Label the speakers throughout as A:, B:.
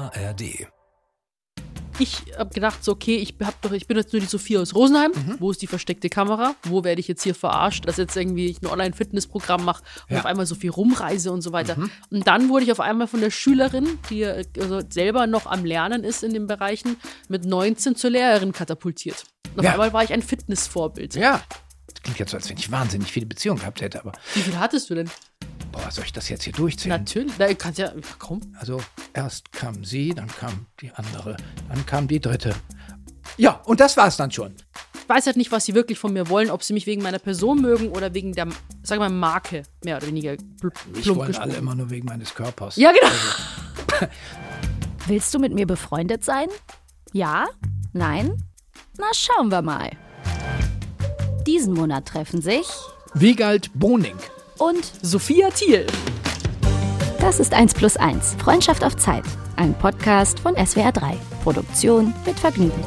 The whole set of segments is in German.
A: ARD.
B: Ich habe gedacht, so, okay, ich bin jetzt nur die Sophia aus Rosenheim. Wo ist die versteckte Kamera? Wo werde ich jetzt hier verarscht, dass jetzt irgendwie ich ein Online-Fitnessprogramm mache und auf einmal so viel rumreise und so weiter. Und dann wurde ich auf einmal von der Schülerin, die also selber noch am Lernen ist in den Bereichen, mit 19 zur Lehrerin katapultiert. Und auf einmal war ich ein Fitnessvorbild.
C: Ja. Das klingt jetzt so, als wenn ich wahnsinnig viele Beziehungen gehabt hätte, aber.
B: Wie viel hattest du denn?
C: Boah, soll ich das jetzt hier durchziehen?
B: Natürlich. Na, kannst ja, komm.
C: Also, erst kam sie, dann kam die andere, dann kam die dritte. Ja, und das war's dann schon.
B: Ich weiß halt nicht, was sie wirklich von mir wollen, ob sie mich wegen meiner Person mögen oder wegen der, sagen wir mal, Marke, mehr oder weniger plump
C: wollen
B: gesprochen.
C: alle immer nur wegen meines Körpers.
B: Ja, genau.
C: Also.
D: Willst du mit mir befreundet sein? Ja? Nein? Na, schauen wir mal. Diesen Monat treffen sich
C: Wiegald Boning.
D: und
B: Sophia Thiel.
D: das ist 1+1, Freundschaft auf Zeit. Ein Podcast von SWR 3. Produktion mit Vergnügen.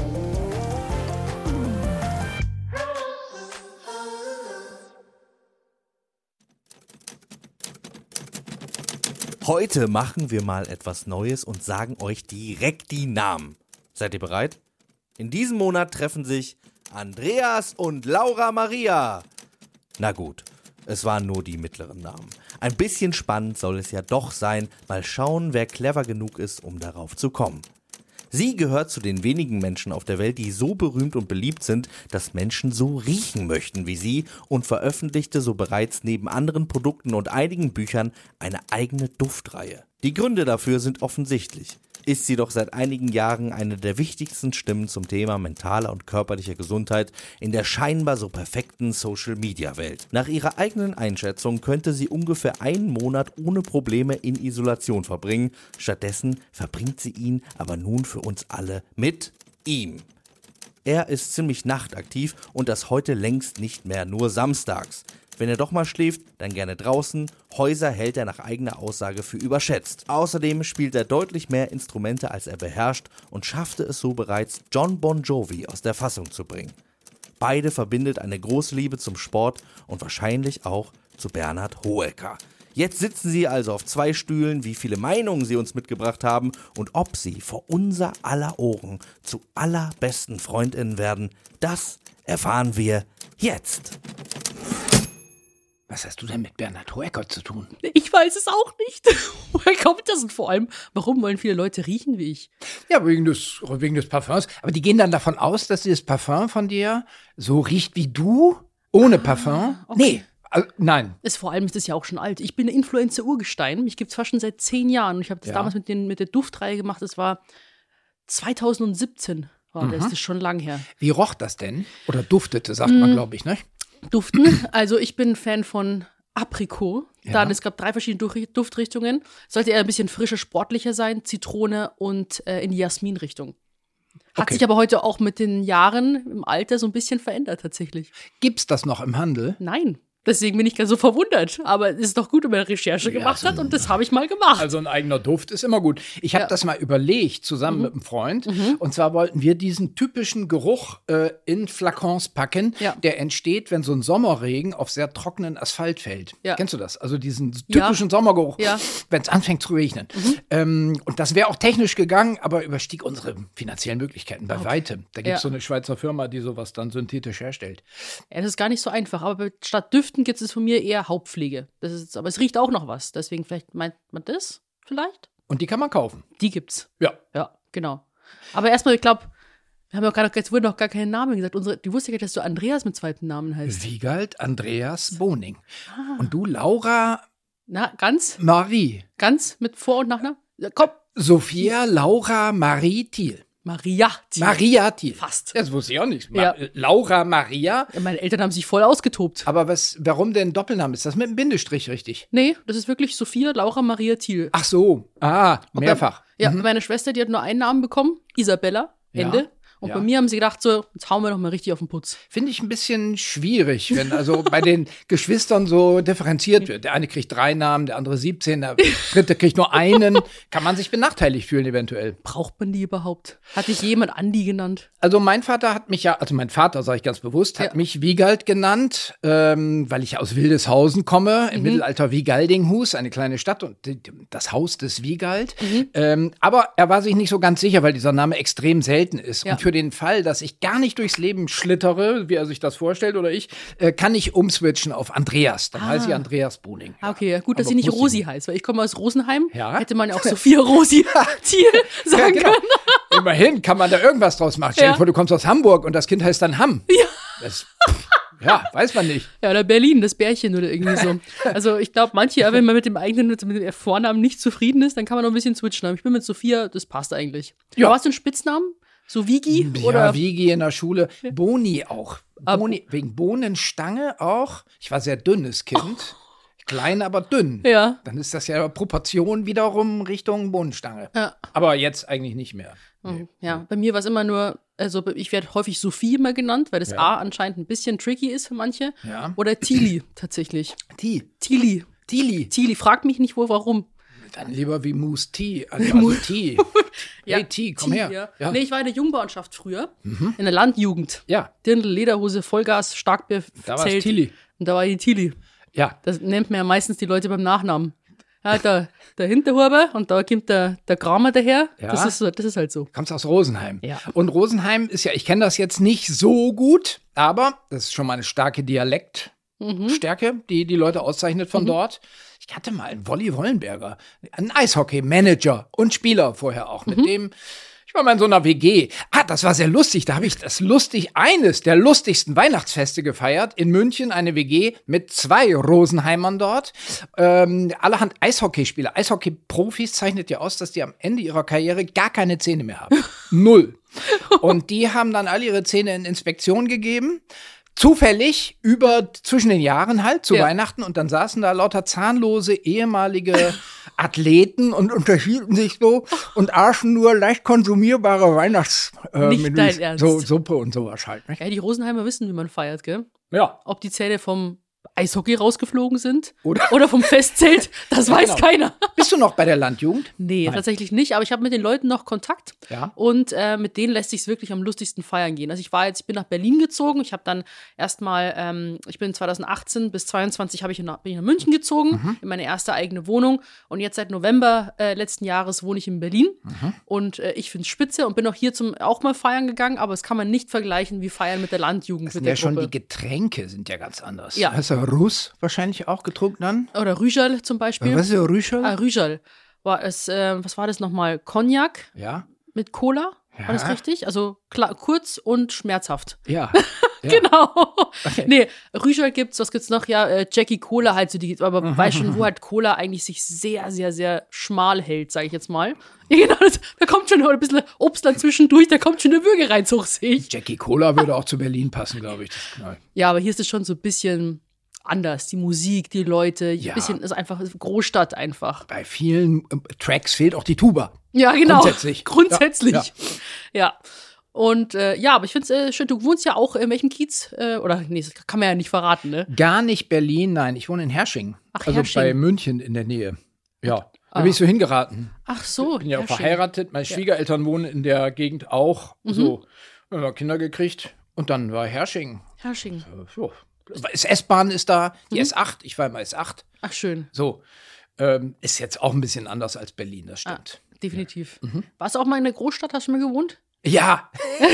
E: Heute machen wir mal etwas Neues und sagen euch direkt die Namen. Seid ihr bereit? In diesem Monat treffen sich Andreas und Laura Maria. Na gut, es waren nur die mittleren Namen. Ein bisschen spannend soll es ja doch sein. Mal schauen, wer clever genug ist, um darauf zu kommen. Sie gehört zu den wenigen Menschen auf der Welt, die so berühmt und beliebt sind, dass Menschen so riechen möchten wie sie und veröffentlichte so bereits neben anderen Produkten und einigen Büchern eine eigene Duftreihe. Die Gründe dafür sind offensichtlich. Ist sie doch seit einigen Jahren eine der wichtigsten Stimmen zum Thema mentaler und körperlicher Gesundheit in der scheinbar so perfekten Social-Media-Welt. Nach ihrer eigenen Einschätzung könnte sie ungefähr einen Monat ohne Probleme in Isolation verbringen. Stattdessen verbringt sie ihn aber nun für uns alle mit ihm. Er ist ziemlich nachtaktiv und das heute längst nicht mehr nur samstags. Wenn er doch mal schläft, dann gerne draußen. Häuser hält er nach eigener Aussage für überschätzt. Außerdem spielt er deutlich mehr Instrumente, als er beherrscht und schaffte es so bereits, John Bon Jovi aus der Fassung zu bringen. Beide verbindet eine große Liebe zum Sport und wahrscheinlich auch zu Bernhard Hoëcker. Jetzt sitzen sie also auf 2 Stühlen, wie viele Meinungen sie uns mitgebracht haben und ob sie vor unser aller Ohren zu allerbesten FreundInnen werden, das erfahren wir jetzt.
C: Was hast du denn mit Bernhard Hoëcker zu tun?
B: Ich weiß es auch nicht. Woher kommt das? Und vor allem, warum wollen viele Leute riechen wie ich?
C: Ja, wegen des Parfums. Aber die gehen dann davon aus, dass dieses Parfum von dir so riecht wie du, ohne Parfum?
B: Okay.
C: Nee, also, nein.
B: Vor allem ist das ja auch schon alt. Ich bin eine Influencer-Urgestein. Mich gibt es fast schon seit 10 Jahren. Und ich habe das damals mit der Duftreihe gemacht. Das war 2017. Das ist schon lang her.
C: Wie roch das denn? Oder duftete, sagt man, glaube ich, ne?
B: Duften. Also ich bin Fan von Aprikot.
C: Ja.
B: Es gab 3 verschiedene Duftrichtungen. Sollte eher ein bisschen frischer, sportlicher sein. Zitrone und in die Jasmin-Richtung. Hat
C: Okay.
B: sich aber heute auch mit den Jahren im Alter so ein bisschen verändert tatsächlich.
C: Gibt's das noch im Handel?
B: Nein. Deswegen bin ich ganz so verwundert. Aber es ist doch gut, wenn man Recherche gemacht hat und das habe ich mal gemacht.
C: Also ein eigener Duft ist immer gut. Ich habe das mal überlegt, zusammen mit einem Freund. Und zwar wollten wir diesen typischen Geruch in Flakons packen,
B: Ja.
C: der entsteht, wenn so ein Sommerregen auf sehr trockenen Asphalt fällt.
B: Ja.
C: Kennst du das? Also diesen typischen Sommergeruch,
B: Ja.
C: wenn es anfängt zu regnen. Und das wäre auch technisch gegangen, aber überstieg unsere finanziellen Möglichkeiten bei weitem. Da gibt es so eine Schweizer Firma, die sowas dann synthetisch herstellt.
B: Ja, das ist gar nicht so einfach. Aber statt Düften gibt es von mir eher Hauptpflege. Aber es riecht auch noch was. Deswegen vielleicht meint man das vielleicht?
C: Und die kann man kaufen.
B: Die gibt's.
C: Ja.
B: Ja, genau. Aber erstmal, ich glaube, wir haben ja auch jetzt wurden noch gar keine Namen gesagt. Die wusste ja, dass du Andreas mit zweiten Namen heißt.
C: Wiegald Andreas Boning. Und du Laura
B: Na, ganz
C: Marie.
B: mit Vor- und Nachnamen? Ja, komm.
C: Sophia Laura Marie Thiel.
B: Maria.
C: Maria Thiel.
B: Fast.
C: Das wusste ich auch nicht.
B: Ja.
C: Laura Maria.
B: Ja, meine Eltern haben sich voll ausgetobt.
C: Aber warum denn Doppelname? Ist das mit einem Bindestrich richtig?
B: Nee, das ist wirklich Sophia Laura Maria Thiel.
C: Ach so. Mehrfach.
B: Ja, meine Schwester, die hat nur einen Namen bekommen, Isabella,
C: Ja.
B: Ende. Und bei mir haben sie gedacht, so, jetzt hauen wir noch mal richtig auf den Putz.
C: Finde ich ein bisschen schwierig, wenn also bei den Geschwistern so differenziert wird. Der eine kriegt 3 Namen, der andere 17, der dritte kriegt nur einen. Kann man sich benachteiligt fühlen eventuell.
B: Braucht man die überhaupt? Hat dich jemand Andi genannt?
C: Also mein Vater hat mich mein Vater, sage ich ganz bewusst, hat mich Wiegald genannt, weil ich aus Wildeshausen komme, im Mittelalter Wiegaldinghus, eine kleine Stadt und das Haus des Wiegald. Aber er war sich nicht so ganz sicher, weil dieser Name extrem selten ist. Und für den Fall, dass ich gar nicht durchs Leben schlittere, wie er sich das vorstellt oder ich, kann ich umswitchen auf Andreas. Dann heiße ich Andreas Boning.
B: Okay, gut, dass sie nicht Rosi heißt, weil ich komme aus Rosenheim.
C: Ja.
B: Hätte man ja auch Sophia Rosi Thiel sagen können.
C: Immerhin kann man da irgendwas draus machen. Stell dir vor, du kommst aus Hamburg und das Kind heißt dann Hamm. Ja. Weiß man nicht.
B: Ja, oder Berlin, das Bärchen oder irgendwie so. Also ich glaube, manche, wenn man mit dem Vornamen nicht zufrieden ist, dann kann man noch ein bisschen switchen. Aber ich bin mit Sophia, das passt eigentlich.
C: Ja.
B: Aber hast du einen Spitznamen? So Vigi?
C: Ja, Vigi in der Schule. Boni auch. Boni, wegen Bohnenstange auch. Ich war sehr dünnes Kind. Klein, aber dünn.
B: Ja.
C: Dann ist das ja Proportion wiederum Richtung Bohnenstange.
B: Ja.
C: Aber jetzt eigentlich nicht mehr. Nee.
B: Ja, bei mir war es immer nur, also ich werde häufig Sophie immer genannt, weil das A anscheinend ein bisschen tricky ist für manche.
C: Ja.
B: Oder Tili tatsächlich.
C: Tili.
B: Tili, frag mich nicht, warum.
C: Dann lieber wie Moose T. Also T.
B: Ja,
C: hey T, komm her.
B: Ja.
C: Ja.
B: Nee, ich war in der Jungbauernschaft früher, in der Landjugend.
C: Ja.
B: Dirndl, Lederhose, Vollgas, Starkbier,
C: Da war
B: Zelt.
C: Tili.
B: Und da war die Tili.
C: Ja.
B: Das nennt man ja meistens die Leute beim Nachnamen. Ja, der Hinterhuber und da kommt der Kramer daher.
C: Ja.
B: Das ist halt so.
C: Kommst aus Rosenheim.
B: Ja.
C: Und Rosenheim ist ja, ich kenne das jetzt nicht so gut, aber das ist schon mal eine starke Dialektstärke, die Leute auszeichnet von dort. Ich hatte mal einen Wolli Wollenberger, einen Eishockey-Manager und Spieler vorher auch. Mit dem, ich war mal in so einer WG. Das war sehr lustig. Da habe ich eines der lustigsten Weihnachtsfeste gefeiert. In München eine WG mit 2 Rosenheimern dort. Allerhand Eishockeyspieler. Eishockey-Profis zeichnet ja aus, dass die am Ende ihrer Karriere gar keine Zähne mehr haben. 0. Und die haben dann alle ihre Zähne in Inspektion gegeben. Zufällig zwischen den Jahren halt zu Weihnachten und dann saßen da lauter zahnlose ehemalige Athleten und unterhielten sich so und aßen nur leicht konsumierbare
B: Nicht dein Ernst.
C: So Suppe und sowas halt. Nicht?
B: Ja, die Rosenheimer wissen, wie man feiert, gell?
C: Ja.
B: Ob die Zähne vom Eishockey rausgeflogen sind
C: Oder
B: vom Festzelt, das weiß keiner.
C: Bist du noch bei der Landjugend?
B: Nee, tatsächlich nicht, aber ich habe mit den Leuten noch Kontakt und mit denen lässt sich wirklich am lustigsten feiern gehen. Also ich bin nach Berlin gezogen, ich habe dann erstmal, ich bin 2018 bis 22 bin ich nach München gezogen, in meine erste eigene Wohnung und jetzt seit November letzten Jahres wohne ich in Berlin und ich finde es spitze und bin auch hier auch mal feiern gegangen, aber das kann man nicht vergleichen wie feiern mit der Landjugend.
C: Das sind ja schon die Getränke sind ja ganz anders.
B: Ja.
C: Hast du Russ wahrscheinlich auch getrunken dann?
B: Oder Rügerl zum Beispiel.
C: Was ist Rügerl?
B: Rügerl. Was war das nochmal? Cognac mit Cola?
C: Ja.
B: War das richtig? Also kurz und schmerzhaft.
C: Ja.
B: Genau. Okay. Nee, Rügerl was gibt's noch? Ja, Jackie Cola halt so aber weißt schon, wo halt Cola eigentlich sich sehr, sehr, sehr schmal hält, sage ich jetzt mal. Ja, genau, da kommt schon ein bisschen Obstland zwischendurch, da kommt schon eine Würge rein, so sehe ich.
C: Jackie Cola würde auch zu Berlin passen, glaube ich.
B: Ja, aber hier ist es schon so ein bisschen anders. Die Musik, die Leute, ein bisschen ist einfach Großstadt einfach.
C: Bei vielen Tracks fehlt auch die Tuba.
B: Ja, genau.
C: Grundsätzlich.
B: Ja. Und aber ich finde es schön, du wohnst ja auch in welchem Kiez? Das kann man ja nicht verraten, ne?
C: Gar nicht Berlin, nein. Ich wohne in Hersching.
B: Ach,
C: also
B: Hersching.
C: bei München in der Nähe. Ja. Da bin ich so hingeraten.
B: Ach so.
C: Ich bin ja auch
B: Hersching.
C: verheiratet. Meine Schwiegereltern wohnen in der Gegend auch. So, haben wir Kinder gekriegt. Und dann war Hersching. So. S-Bahn ist da, die S8, ich war immer S8.
B: Ach, schön.
C: So, ist jetzt auch ein bisschen anders als Berlin, das stimmt.
B: Definitiv. Warst du auch mal in der Großstadt, hast du mal gewohnt?
C: Ja.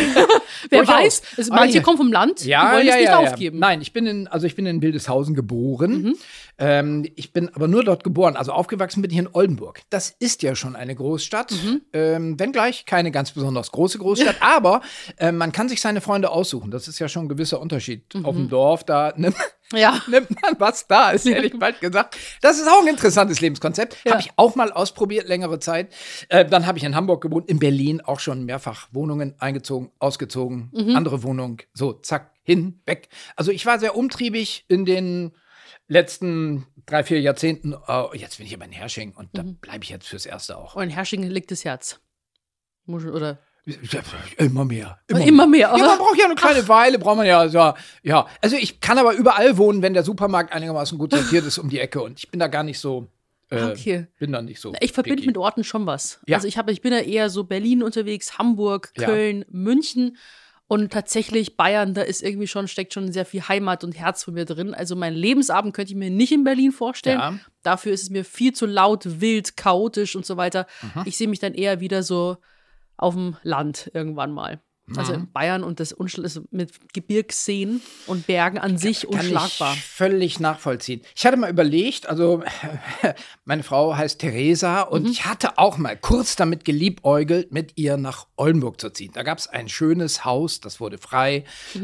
B: Wer weiß, manche kommen vom Land, die wollen es nicht aufgeben.
C: Nein, ich bin in Wildeshausen geboren. Ich bin aber nur dort geboren. Also aufgewachsen bin ich in Oldenburg. Das ist ja schon eine Großstadt. Wenngleich keine ganz besonders große Großstadt. Aber man kann sich seine Freunde aussuchen. Das ist ja schon ein gewisser Unterschied. Auf dem Dorf, da nimmt man, was da ist, hätte ich bald gesagt. Das ist auch ein interessantes Lebenskonzept. Ja. Habe ich auch mal ausprobiert, längere Zeit. Dann habe ich in Hamburg gewohnt, in Berlin auch schon mehrfach Wohnungen eingezogen, ausgezogen, andere Wohnung, so zack, hin, weg. Also ich war sehr umtriebig in den letzten 3-4 Jahrzehnten. Jetzt bin ich aber in Hersching und da bleibe ich jetzt fürs Erste auch.
B: Und in Hersching liegt das Herz. Oder?
C: Immer mehr.
B: Immer mehr.
C: Ja, man braucht ja eine kleine Weile, braucht man ja. Also ich kann aber überall wohnen, wenn der Supermarkt einigermaßen gut sortiert ist um die Ecke. Und ich bin da gar nicht so.
B: Okay.
C: Bin da nicht so.
B: Ich verbinde mit Orten schon was.
C: Ja.
B: Also ich bin ja eher so Berlin unterwegs, Hamburg, Köln, München. Und tatsächlich Bayern, da ist irgendwie steckt schon sehr viel Heimat und Herz von mir drin. Also meinen Lebensabend könnte ich mir nicht in Berlin vorstellen. Ja. Dafür ist es mir viel zu laut, wild, chaotisch und so weiter. Ich sehe mich dann eher wieder so auf dem Land irgendwann mal. Also in Bayern und das mit Gebirgsseen und Bergen an sich unschlagbar.
C: Kann ich völlig nachvollziehen. Ich hatte mal überlegt, also meine Frau heißt Theresa und ich hatte auch mal kurz damit geliebäugelt, mit ihr nach Oldenburg zu ziehen. Da gab es ein schönes Haus, das wurde frei.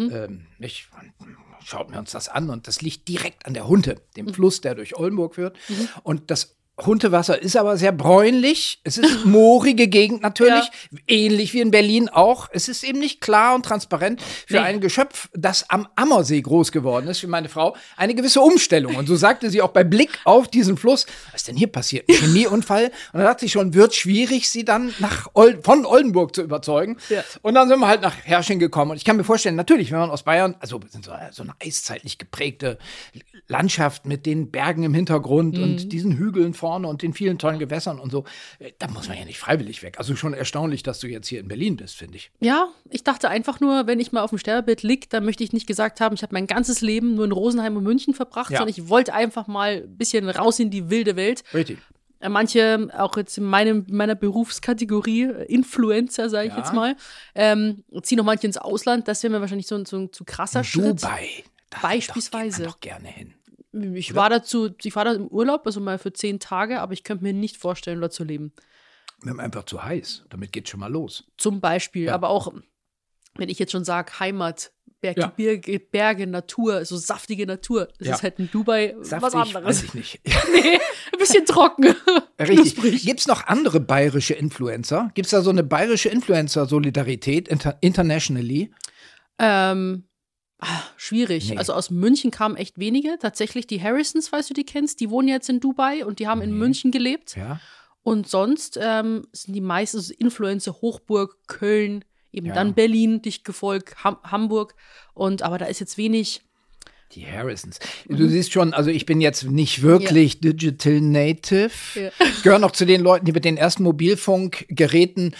C: Schauten wir uns das an und das liegt direkt an der Hunte, dem Fluss, der durch Oldenburg führt. Und das Huntewasser ist aber sehr bräunlich. Es ist moorige Gegend natürlich, ähnlich wie in Berlin auch. Es ist eben nicht klar und transparent für ein Geschöpf, das am Ammersee groß geworden ist, wie meine Frau, eine gewisse Umstellung. Und so sagte sie auch bei Blick auf diesen Fluss, was ist denn hier passiert? Ein Chemieunfall? Und da dachte ich schon, wird schwierig, sie dann von Oldenburg zu überzeugen. Ja. Und dann sind wir halt nach Herrsching gekommen. Und ich kann mir vorstellen, natürlich, wenn man aus Bayern, also sind so eine eiszeitlich geprägte Landschaft mit den Bergen im Hintergrund und diesen Hügeln vorne und den vielen tollen Gewässern und so, da muss man ja nicht freiwillig weg. Also schon erstaunlich, dass du jetzt hier in Berlin bist, finde ich.
B: Ja, ich dachte einfach nur, wenn ich mal auf dem Sterbebett liege, dann möchte ich nicht gesagt haben, ich habe mein ganzes Leben nur in Rosenheim und München verbracht, sondern ich wollte einfach mal ein bisschen raus in die wilde Welt.
C: Richtig.
B: Manche, auch jetzt in meiner Berufskategorie, Influencer, sage ich jetzt mal, ziehen noch manche ins Ausland. Das wäre mir wahrscheinlich so ein zu krasser Schritt.
C: Dubai.
B: Beispielsweise.
C: Da doch gerne hin.
B: Ich war da im Urlaub, also mal für 10 Tage, aber ich könnte mir nicht vorstellen, dort zu leben.
C: Wir haben einfach zu heiß. Damit geht's schon mal los.
B: Zum Beispiel, aber auch, wenn ich jetzt schon sage, Heimat, Gebirge, Berge, Natur, so saftige Natur. Das ist halt in Dubai
C: Saftig,
B: was anderes.
C: Weiß ich nicht.
B: Nee, ein bisschen trocken.
C: Richtig. Gibt es noch andere bayerische Influencer? Gibt es da so eine bayerische Influencer-Solidarität internationally?
B: Schwierig.
C: Nee.
B: Also aus München kamen echt wenige. Tatsächlich die Harrisons, falls du die kennst, die wohnen jetzt in Dubai und die haben in München gelebt.
C: Ja.
B: Und sonst sind die meisten Influencer Hochburg, Köln, eben dann Berlin, dicht gefolgt, Hamburg. Aber da ist jetzt wenig.
C: Die Harrisons. Du siehst schon, also ich bin jetzt nicht wirklich Digital Native. Ja. Ich gehöre noch zu den Leuten, die mit den ersten Mobilfunkgeräten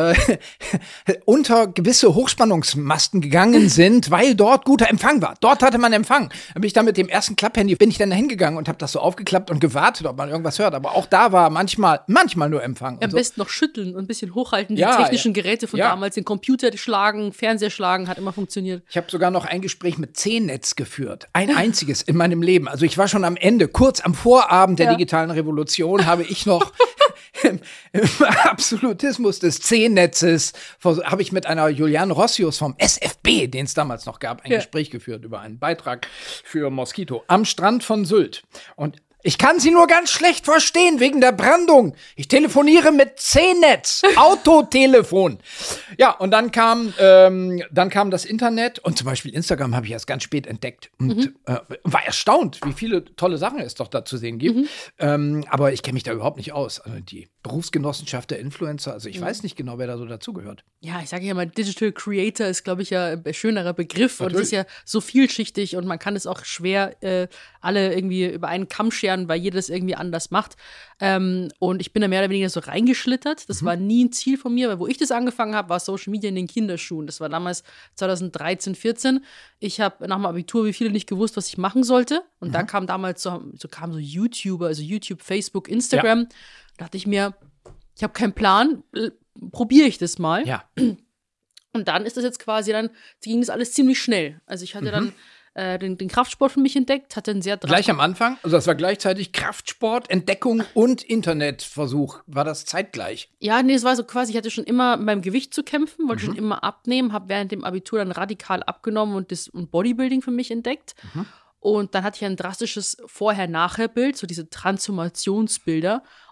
C: unter gewisse Hochspannungsmasten gegangen sind, weil dort guter Empfang war. Dort hatte man Empfang. Da bin ich dann mit dem ersten Klapphandy, bin ich dann da hingegangen und habe das so aufgeklappt und gewartet, ob man irgendwas hört. Aber auch da war manchmal nur Empfang.
B: Am besten noch schütteln und ein bisschen hochhalten. Die technischen Geräte von damals, den Computer schlagen, Fernseher schlagen, hat immer funktioniert.
C: Ich habe sogar noch ein Gespräch mit C-Netz geführt. Ein einziges in meinem Leben. Also ich war schon am Ende, kurz am Vorabend der digitalen Revolution, habe ich noch im Absolutismus des C-Netzes, habe ich mit einer Juliane Rossius vom SFB, den es damals noch gab, ein Gespräch geführt über einen Beitrag für Moskito am Strand von Sylt. Und ich kann sie nur ganz schlecht verstehen, wegen der Brandung. Ich telefoniere mit C-Netz, Autotelefon. Ja, und dann kam das Internet und zum Beispiel Instagram habe ich erst ganz spät entdeckt und war erstaunt, wie viele tolle Sachen es doch da zu sehen gibt. Aber ich kenne mich da überhaupt nicht aus. Also die Berufsgenossenschaft der Influencer, also ich weiß nicht genau, wer da so dazugehört.
B: Ja, ich sage ja mal, Digital Creator ist, glaube ich, ja ein schönerer Begriff.
C: Natürlich.
B: Und es ist ja so vielschichtig und man kann es auch schwer alle irgendwie über einen Kamm scheren, weil jedes irgendwie anders macht. Und ich bin da mehr oder weniger so reingeschlittert. Das war nie ein Ziel von mir, weil wo ich das angefangen habe, war Social Media in den Kinderschuhen. Das war damals 2013, 14. Ich habe nach dem Abitur wie viele nicht gewusst, was ich machen sollte. Und da kam damals so YouTuber, also YouTube, Facebook, Instagram. Da dachte ich mir, ich habe keinen Plan, probiere ich das mal.
C: Ja.
B: Und dann ist das jetzt quasi, dann ging das alles ziemlich schnell. Also ich hatte dann den Kraftsport für mich entdeckt, hatte einen sehr
C: Gleich am Anfang? Also das war gleichzeitig Kraftsport, Entdeckung und Internetversuch. War das zeitgleich?
B: Ja, nee, es war so quasi, ich hatte schon immer mit meinem Gewicht zu kämpfen, wollte schon immer abnehmen, habe während dem Abitur dann radikal abgenommen und Bodybuilding für mich entdeckt. Und dann hatte ich ein drastisches Vorher-Nachher-Bild, so diese Transformationsbilder.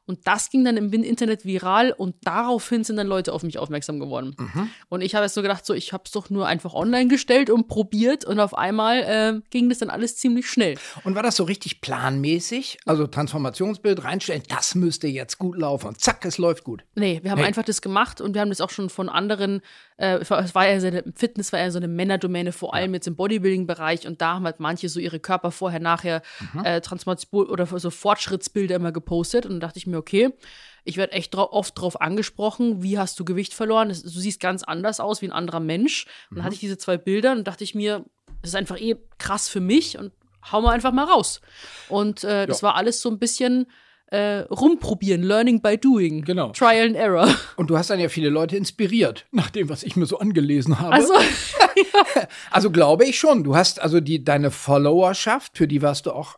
B: Und das ging dann im Internet viral und daraufhin sind dann Leute auf mich aufmerksam geworden. Und ich habe jetzt so gedacht, so, ich habe es doch nur einfach online gestellt und probiert und auf einmal ging das dann alles ziemlich schnell.
C: Und war das so richtig planmäßig? Also Transformationsbild reinstellen, das müsste jetzt gut laufen und zack, es läuft gut.
B: Nee, wir haben einfach das gemacht und wir haben das auch schon von anderen, Fitness war ja so eine Männerdomäne, vor allem jetzt im Bodybuilding-Bereich und da haben halt manche so ihre Körper vorher, nachher Transformation oder so Fortschrittsbilder immer gepostet und dann dachte ich mir, okay, ich werde echt oft drauf angesprochen, wie hast du Gewicht verloren? Du siehst ganz anders aus wie ein anderer Mensch. Und dann hatte ich diese 2 Bilder und dachte ich mir, das ist einfach krass für mich und hau mal einfach mal raus. Und das war alles so ein bisschen rumprobieren, learning by doing.
C: Genau.
B: Trial and error.
C: Und du hast dann ja viele Leute inspiriert, nach dem, was ich mir so angelesen habe.
B: Also,
C: Also glaube ich schon. Du hast also deine Followerschaft, für die warst du auch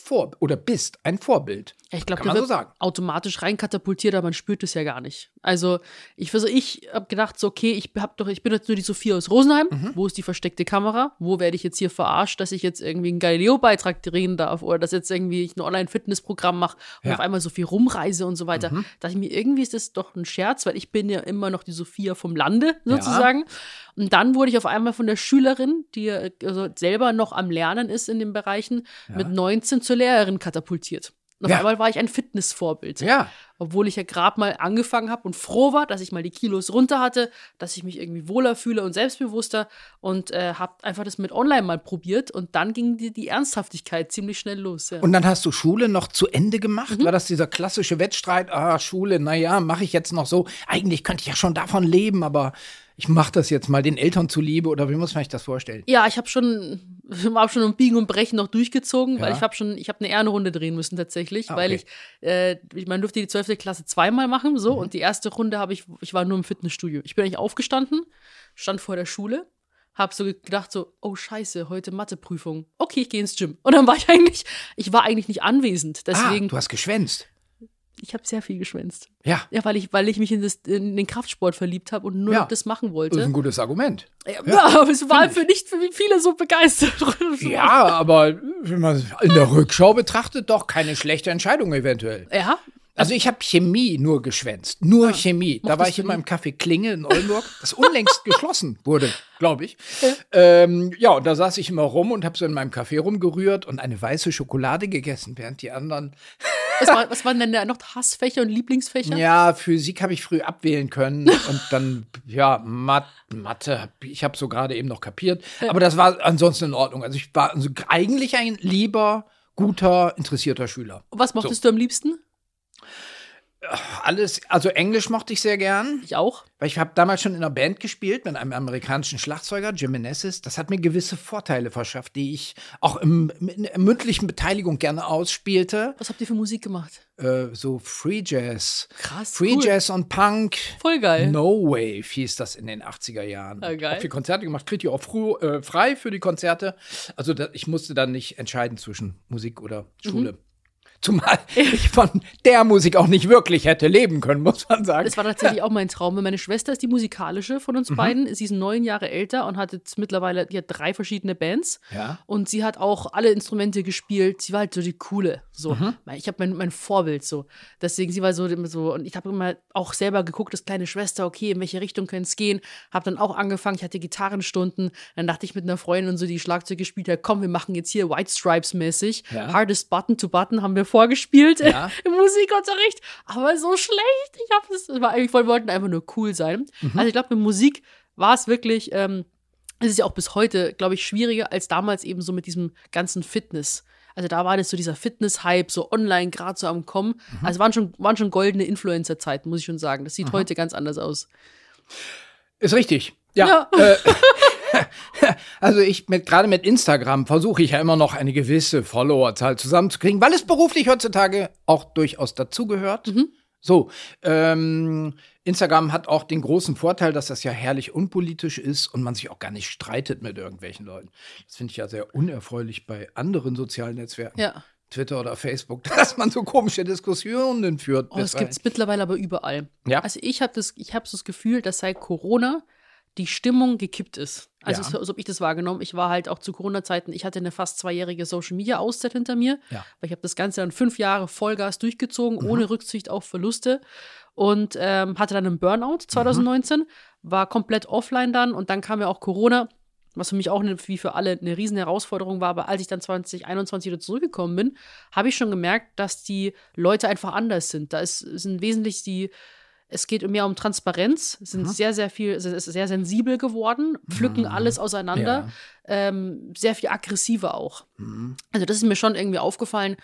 C: bist ein Vorbild.
B: ja, ich glaube,
C: Kann
B: der
C: man
B: wird
C: so sagen.
B: automatisch reinkatapultiert, aber man spürt es ja gar nicht. Also ich habe gedacht, so, okay, ich bin jetzt nur die Sophia aus Rosenheim. Wo ist die versteckte Kamera? Wo werde ich jetzt hier verarscht, dass ich jetzt irgendwie einen Galileo-Beitrag drehen darf oder dass jetzt irgendwie ich ein Online-Fitness-Programm mache und auf einmal so viel rumreise und so weiter. Dachte ich mir, irgendwie ist das doch ein Scherz, weil ich bin ja immer noch die Sophia vom Lande sozusagen. Und dann wurde ich auf einmal von der Schülerin, die also selber noch am Lernen ist in den Bereichen, mit 19 zur Lehrerin katapultiert. Und auf einmal war ich ein Fitnessvorbild.
C: Ja.
B: Obwohl ich ja gerade mal angefangen habe und froh war, dass ich mal die Kilos runter hatte, dass ich mich irgendwie wohler fühle und selbstbewusster und habe einfach das mit online mal probiert und dann ging die Ernsthaftigkeit ziemlich schnell los. Ja.
C: Und dann hast du Schule noch zu Ende gemacht? War das dieser klassische Wettstreit? Schule, naja, mache ich jetzt noch so? Eigentlich könnte ich ja schon davon leben, aber ich mache das jetzt mal den Eltern zuliebe oder wie muss man sich das vorstellen?
B: Ja, ich habe schon um Biegen und Brechen noch durchgezogen, weil ich habe eine Ehrenrunde drehen müssen tatsächlich, weil man durfte die 12. Klasse zweimal machen, so, und die erste Runde ich war nur im Fitnessstudio. Ich bin eigentlich aufgestanden, stand vor der Schule, hab so gedacht so, oh Scheiße, heute Matheprüfung. Okay, ich gehe ins Gym. Und dann war ich eigentlich nicht anwesend, deswegen.
C: Du hast geschwänzt.
B: Ich habe sehr viel geschwänzt.
C: Ja.
B: Ja, weil ich mich in den Kraftsport verliebt habe und nur noch das machen wollte.
C: Das ist ein gutes Argument.
B: Ja, aber es war nicht für viele so begeistert.
C: Ja, aber wenn man in der Rückschau betrachtet, doch keine schlechte Entscheidung eventuell.
B: Ja.
C: Also ich habe Chemie nur geschwänzt. Nur Chemie. Da war ich immer im Café Klinge in Oldenburg, das unlängst geschlossen wurde, glaube ich. Und da saß ich immer rum und habe so in meinem Café rumgerührt und eine weiße Schokolade gegessen, während die anderen.
B: Was waren denn da noch Hassfächer und Lieblingsfächer?
C: Ja, Physik habe ich früh abwählen können und dann, Mathe, ich habe so gerade eben noch kapiert. Aber das war ansonsten in Ordnung. Also ich war eigentlich ein lieber, guter, interessierter Schüler.
B: Was mochtest du am liebsten?
C: Alles, also Englisch mochte ich sehr gern.
B: Ich auch.
C: Weil ich habe damals schon in einer Band gespielt mit einem amerikanischen Schlagzeuger, Jim Meneses. Das hat mir gewisse Vorteile verschafft, die ich auch in mündlichen Beteiligung gerne ausspielte.
B: Was habt ihr für Musik gemacht?
C: So Free Jazz.
B: Krass,
C: Free
B: cool.
C: Jazz und Punk.
B: Voll geil.
C: No Wave hieß das in den 80er Jahren.
B: Ah, geil.
C: Auch viel Konzerte gemacht, kriegt ihr auch frei für die Konzerte. Also ich musste dann nicht entscheiden zwischen Musik oder Schule. Zumal ich von der Musik auch nicht wirklich hätte leben können, muss man sagen.
B: Das war tatsächlich auch mein Traum. Meine Schwester ist die musikalische von uns beiden. Sie ist 9 Jahre älter und hat jetzt mittlerweile 3 verschiedene Bands.
C: Ja.
B: Und sie hat auch alle Instrumente gespielt. Sie war halt so die Coole. So. Ich habe mein Vorbild so. Deswegen, sie war so, und ich habe immer auch selber geguckt, das kleine Schwester, okay, in welche Richtung könnte es gehen. Habe dann auch angefangen, ich hatte Gitarrenstunden. Dann dachte ich mit einer Freundin und so, die Schlagzeug gespielt hat, komm, wir machen jetzt hier White Stripes mäßig. Ja. Hardest Button to Button haben wir vorgespielt im Musikunterricht, aber so schlecht. Wir wollten einfach nur cool sein. Also ich glaube, mit Musik war es wirklich, es ist ja auch bis heute, glaube ich, schwieriger als damals eben so mit diesem ganzen Fitness. Also da war das so dieser Fitness-Hype, so online gerade so am Kommen. Also waren schon goldene Influencer-Zeiten, muss ich schon sagen. Das sieht heute ganz anders aus.
C: Ist richtig. Ja. Also gerade mit Instagram versuche ich ja immer noch eine gewisse Followerzahl zusammenzukriegen, weil es beruflich heutzutage auch durchaus dazugehört. So, Instagram hat auch den großen Vorteil, dass das ja herrlich unpolitisch ist und man sich auch gar nicht streitet mit irgendwelchen Leuten. Das finde ich ja sehr unerfreulich bei anderen sozialen Netzwerken. Ja. Twitter oder Facebook, dass man so komische Diskussionen führt.
B: Das gibt es mittlerweile aber überall.
C: Ja?
B: Also ich hab so das Gefühl, dass seit Corona die Stimmung gekippt ist. Also
C: Ja.
B: so habe ich das wahrgenommen. Ich war halt auch zu Corona-Zeiten, ich hatte eine fast 2-jährige Social-Media-Auszeit hinter mir.
C: Ja.
B: Weil ich habe das Ganze dann 5 Jahre Vollgas durchgezogen, ohne Rücksicht auf Verluste. Und hatte dann einen Burnout 2019, war komplett offline dann. Und dann kam ja auch Corona, was für mich auch wie für alle eine riesen Herausforderung war. Aber als ich dann 2021 wieder zurückgekommen bin, habe ich schon gemerkt, dass die Leute einfach anders sind. Sind wesentlich es geht mehr um Transparenz, sind sehr, sehr viel, es ist sehr sensibel geworden, pflücken alles auseinander, sehr viel aggressiver auch. Also das ist mir schon irgendwie aufgefallen,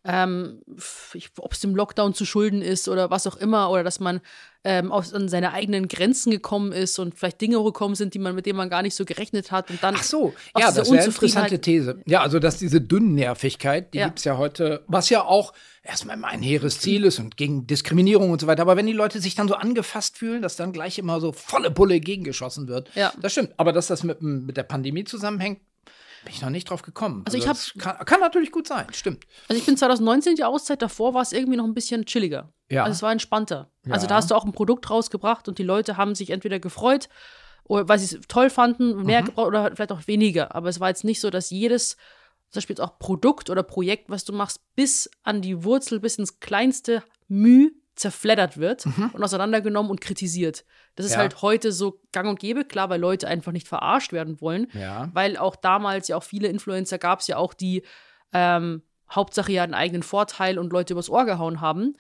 B: ob es dem Lockdown zu schulden ist oder was auch immer, oder dass man an seine eigenen Grenzen gekommen ist und vielleicht Dinge gekommen sind, mit denen man gar nicht so gerechnet hat. Und dann
C: Ach so,
B: aus
C: ja,
B: dieser
C: das wäre eine
B: Unzufriedenheit-
C: interessante These. Ja, also dass diese Dünnnervigkeit, die
B: Ja.
C: gibt es ja heute, was ja auch erstmal immer ein hehres Ziel ist und gegen Diskriminierung und so weiter. Aber wenn die Leute sich dann so angefasst fühlen, dass dann gleich immer so volle Pulle gegengeschossen wird,
B: Ja.
C: das stimmt. Aber dass das mit der Pandemie zusammenhängt, bin ich noch nicht drauf gekommen.
B: Also
C: das kann natürlich gut sein, stimmt.
B: Also ich bin 2019 die Auszeit, davor war es irgendwie noch ein bisschen chilliger.
C: Ja.
B: Also es war entspannter. Also
C: Ja.
B: da hast du auch ein Produkt rausgebracht und die Leute haben sich entweder gefreut, oder weil sie es toll fanden, mehr gebraucht oder vielleicht auch weniger. Aber es war jetzt nicht so, dass jedes, zum Beispiel jetzt auch Produkt oder Projekt, was du machst, bis an die Wurzel, bis ins kleinste Müh zerfleddert wird und auseinandergenommen und kritisiert. Das ist
C: Ja.
B: halt heute so gang und gäbe, klar, weil Leute einfach nicht verarscht werden wollen.
C: Ja.
B: Weil auch damals ja auch viele Influencer gab es ja auch, die Hauptsache ja einen eigenen Vorteil und Leute übers Ohr gehauen haben.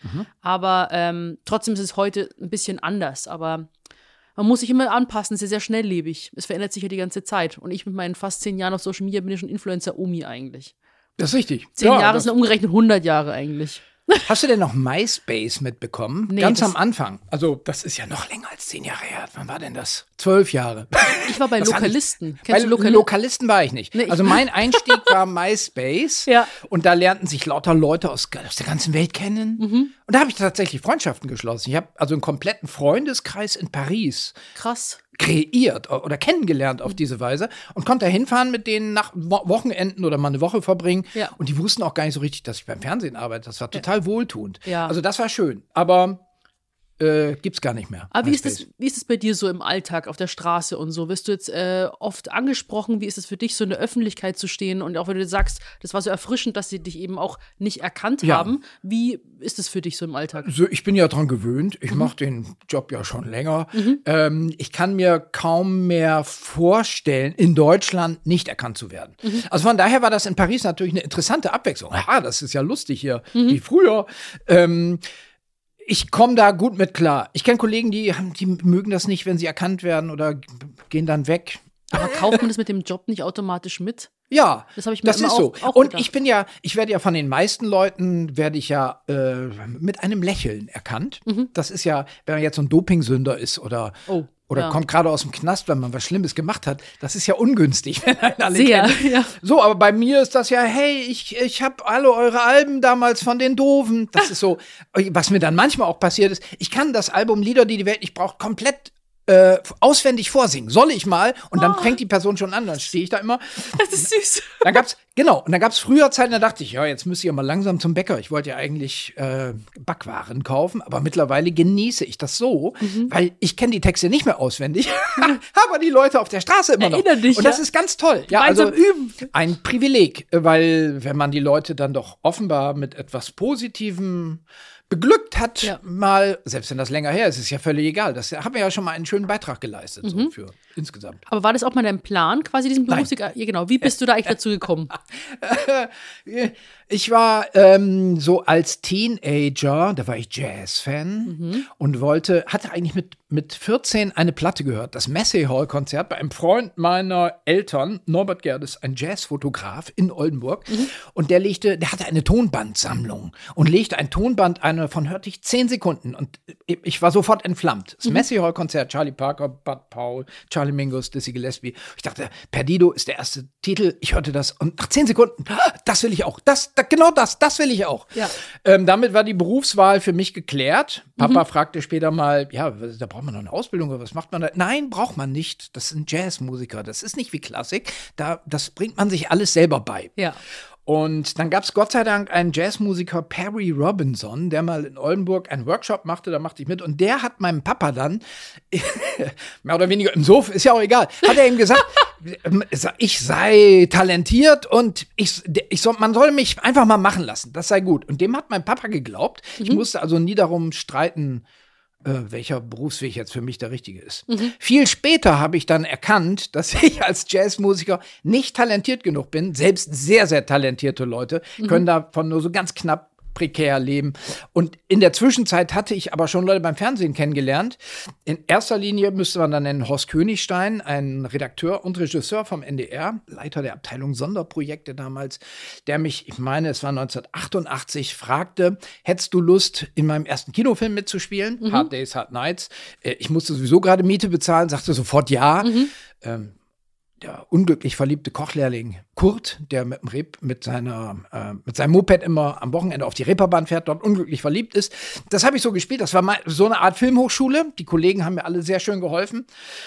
B: Aber trotzdem ist es heute ein bisschen anders. Aber man muss sich immer anpassen, es ist ja sehr schnelllebig. Es verändert sich ja die ganze Zeit. Und ich mit meinen fast 10 Jahren auf Social Media bin ja schon Influencer-Omi eigentlich.
C: Das ist richtig.
B: 10
C: Ja,
B: Jahre
C: das-
B: sind umgerechnet 100 Jahre eigentlich.
C: Hast du denn noch MySpace mitbekommen?
B: Nee,
C: Ganz
B: das-
C: am Anfang. Also, das ist ja noch länger als 10 Jahre her. Wann war denn das? 12 Jahre.
B: Ich war bei
C: Das fand ich-
B: Lokalisten.
C: Bei
B: Kennst du
C: Lokalisten war ich nicht.
B: Nee, ich-
C: Also mein Einstieg war MySpace.
B: Ja.
C: Und da lernten sich lauter Leute aus der ganzen Welt kennen.
B: Mhm.
C: Und da habe ich tatsächlich Freundschaften geschlossen. Ich habe also einen kompletten Freundeskreis in Paris
B: Krass.
C: kreiert oder kennengelernt auf diese Weise und konnte da hinfahren mit denen nach Wochenenden oder mal eine Woche verbringen.
B: Ja.
C: Und die wussten auch gar nicht so richtig, dass ich beim Fernsehen arbeite. Das war total wohltuend.
B: Ja.
C: Also das war schön. Aber gibt's gar nicht mehr.
B: Aber wie ist
C: MySpace.
B: es bei dir so im Alltag, auf der Straße und so? Wirst du jetzt oft angesprochen? Wie ist es für dich, so in der Öffentlichkeit zu stehen? Und auch wenn du sagst, das war so erfrischend, dass sie dich eben auch nicht erkannt
C: Ja.
B: haben. Wie ist es für dich so im Alltag?
C: So, ich bin ja dran gewöhnt. Ich mache den Job ja schon länger. Ich kann mir kaum mehr vorstellen, in Deutschland nicht erkannt zu werden. Also von daher war das in Paris natürlich eine interessante Abwechslung. Ja, das ist ja lustig hier, wie früher. Ich komme da gut mit klar. Ich kenne Kollegen, die mögen das nicht, wenn sie erkannt werden oder gehen dann weg.
B: Aber kauft man das mit dem Job nicht automatisch mit?
C: Ja,
B: Das habe ich mir
C: das
B: immer
C: ist so.
B: auch
C: Und
B: gedacht.
C: ich werde ja von den meisten Leuten, mit einem Lächeln erkannt. Das ist ja, wenn man jetzt so ein Dopingsünder ist oder
B: ja.
C: kommt gerade aus dem Knast, wenn man was Schlimmes gemacht hat, das ist ja ungünstig, wenn einen alle
B: Sehr,
C: kennen.
B: ja.
C: So, aber bei mir ist das ja, hey, ich habe alle eure Alben damals von den Doofen. Das ist so, was mir dann manchmal auch passiert ist, ich kann das Album Lieder, die die Welt nicht braucht, komplett auswendig vorsingen. Soll ich mal? Und dann fängt die Person schon an, dann stehe ich da immer.
B: Das ist süß.
C: Dann gab's früher Zeiten, da dachte ich, ja, jetzt müsst ihr mal langsam zum Bäcker. Ich wollte ja eigentlich Backwaren kaufen, aber mittlerweile genieße ich das so, weil ich kenne die Texte nicht mehr auswendig, aber die Leute auf der Straße immer noch.
B: Erinnern dich,
C: Und das
B: ja?
C: ist ganz toll. Ja,
B: Gemeinsam
C: also
B: üben.
C: ein Privileg, weil wenn man die Leute dann doch offenbar mit etwas Positivem beglückt hat,
B: Ja.
C: mal, selbst wenn das länger her ist, ist ja völlig egal. Das haben wir ja schon mal einen schönen Beitrag geleistet, so für insgesamt.
B: Aber war das auch mal dein Plan, quasi diesen
C: Nein.
B: Berufsweg? Ja, genau. Wie bist du da eigentlich dazu gekommen?
C: Ich war so als Teenager, da war ich Jazz-Fan und hatte eigentlich mit 14 eine Platte gehört, das Massey Hall-Konzert bei einem Freund meiner Eltern, Norbert Gerdes, ein Jazzfotograf in Oldenburg. Und der hatte eine Tonbandsammlung und legte ein Tonband von, hörte ich, 10 Sekunden. Und ich war sofort entflammt. Das Massey Hall-Konzert, Charlie Parker, Bud Powell, Charlie Mingus, Dizzy Gillespie. Ich dachte, Perdido ist der erste Titel. Ich hörte das und nach 10 Sekunden, das will ich auch. Das will ich auch.
B: Ja.
C: Damit war die Berufswahl für mich geklärt. Papa fragte später mal, ja, da braucht braucht man noch eine Ausbildung oder was macht man da? Nein, braucht man nicht. Das sind Jazzmusiker. Das ist nicht wie Klassik. Das bringt man sich alles selber bei.
B: Ja.
C: Und dann gab es Gott sei Dank einen Jazzmusiker, Perry Robinson, der mal in Oldenburg einen Workshop machte, da machte ich mit. Und der hat meinem Papa dann, mehr oder weniger im Sof, ist ja auch egal, hat er ihm gesagt, ich sei talentiert und man soll mich einfach mal machen lassen, das sei gut. Und dem hat mein Papa geglaubt. Ich musste also nie darum streiten, welcher Berufsweg jetzt für mich der richtige ist. Viel später habe ich dann erkannt, dass ich als Jazzmusiker nicht talentiert genug bin. Selbst sehr, sehr talentierte Leute können davon nur so ganz knapp prekär leben. Und in der Zwischenzeit hatte ich aber schon Leute beim Fernsehen kennengelernt. In erster Linie müsste man dann nennen Horst Königstein, ein Redakteur und Regisseur vom NDR, Leiter der Abteilung Sonderprojekte damals, der mich, ich meine, es war 1988, fragte, hättest du Lust, in meinem ersten Kinofilm mitzuspielen? Hard Days, Hard Nights. Ich musste sowieso gerade Miete bezahlen, sagte sofort ja. Der unglücklich verliebte Kochlehrling Kurt, der mit seinem Moped immer am Wochenende auf die Reeperbahn fährt, dort unglücklich verliebt ist. Das habe ich so gespielt. Das war so eine Art Filmhochschule. Die Kollegen haben mir alle sehr schön geholfen.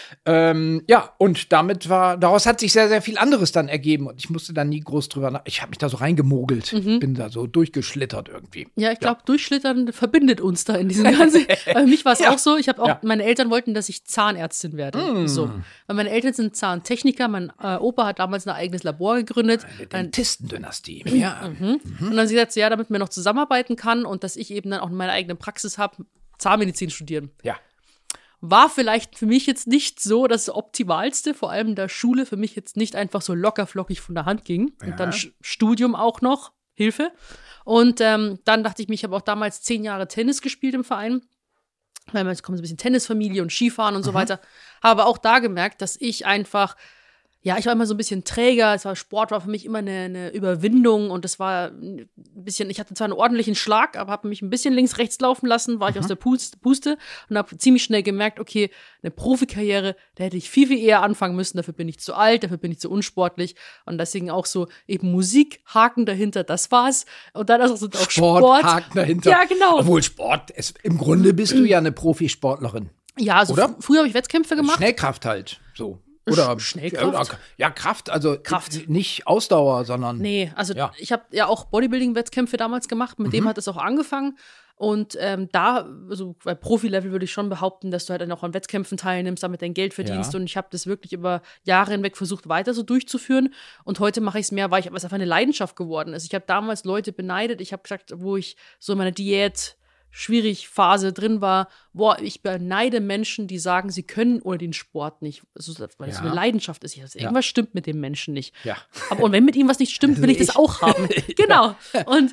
C: Und daraus hat sich sehr, sehr viel anderes dann ergeben. Und ich musste da nie groß drüber nach. Ich habe mich da so reingemogelt. Bin da so durchgeschlittert irgendwie.
B: Ja, ich glaube, Durchschlittern verbindet uns da in diesem Ganzen. Bei mich war es auch so. Meine Eltern wollten, dass ich Zahnärztin werde. So. Weil meine Eltern sind Zahntechniker. Mein Opa hat damals ein eigenes Labor gegründet.
C: Eine Dentistendynastie. Ja.
B: Und dann hat sie gesagt, ja, damit man noch zusammenarbeiten kann und dass ich eben dann auch meine eigene Praxis habe, Zahnmedizin studieren.
C: Ja.
B: War vielleicht für mich jetzt nicht so das Optimalste, vor allem in der Schule für mich jetzt nicht einfach so lockerflockig von der Hand ging. Ja. Und dann Studium auch noch, Hilfe. Und dann dachte ich mir, ich habe auch damals 10 Jahre Tennis gespielt im Verein. Weil jetzt kommt so ein bisschen Tennisfamilie und Skifahren und so weiter. Habe auch da gemerkt, dass ich einfach ich war immer so ein bisschen träger. Sport war für mich immer eine Überwindung und das war ein bisschen, ich hatte zwar einen ordentlichen Schlag, aber habe mich ein bisschen links, rechts laufen lassen, war ich aus der Puste und habe ziemlich schnell gemerkt, okay, eine Profikarriere, da hätte ich viel, viel eher anfangen müssen, dafür bin ich zu alt, dafür bin ich zu unsportlich und deswegen auch so eben Musik, Haken dahinter, das war's. Und dann auch Sport.
C: Haken dahinter.
B: Ja, genau.
C: Obwohl im Grunde bist du ja eine Profisportlerin.
B: Ja, also früher habe ich Wettkämpfe gemacht.
C: Schnellkraft halt, so. Oder
B: Schnellkraft?
C: Kraft, also nicht Ausdauer, sondern.
B: Nee, also ich habe ja auch Bodybuilding-Wettkämpfe damals gemacht, mit dem hat es auch angefangen. Und also bei Profi-Level würde ich schon behaupten, dass du halt dann auch an Wettkämpfen teilnimmst, damit dein Geld verdienst. Ja. Und ich habe das wirklich über Jahre hinweg versucht, weiter so durchzuführen. Und heute mache ich es mehr, weil es einfach eine Leidenschaft geworden ist. Ich habe damals Leute beneidet. Ich habe gesagt, wo ich so in meiner Diät schwierig Phase drin war, ich beneide Menschen, die sagen, sie können ohne den Sport nicht, weil es so eine Leidenschaft ist. Irgendwas stimmt mit dem Menschen nicht. Ja. Und wenn mit ihm was nicht stimmt, will ich das auch haben. Genau. Und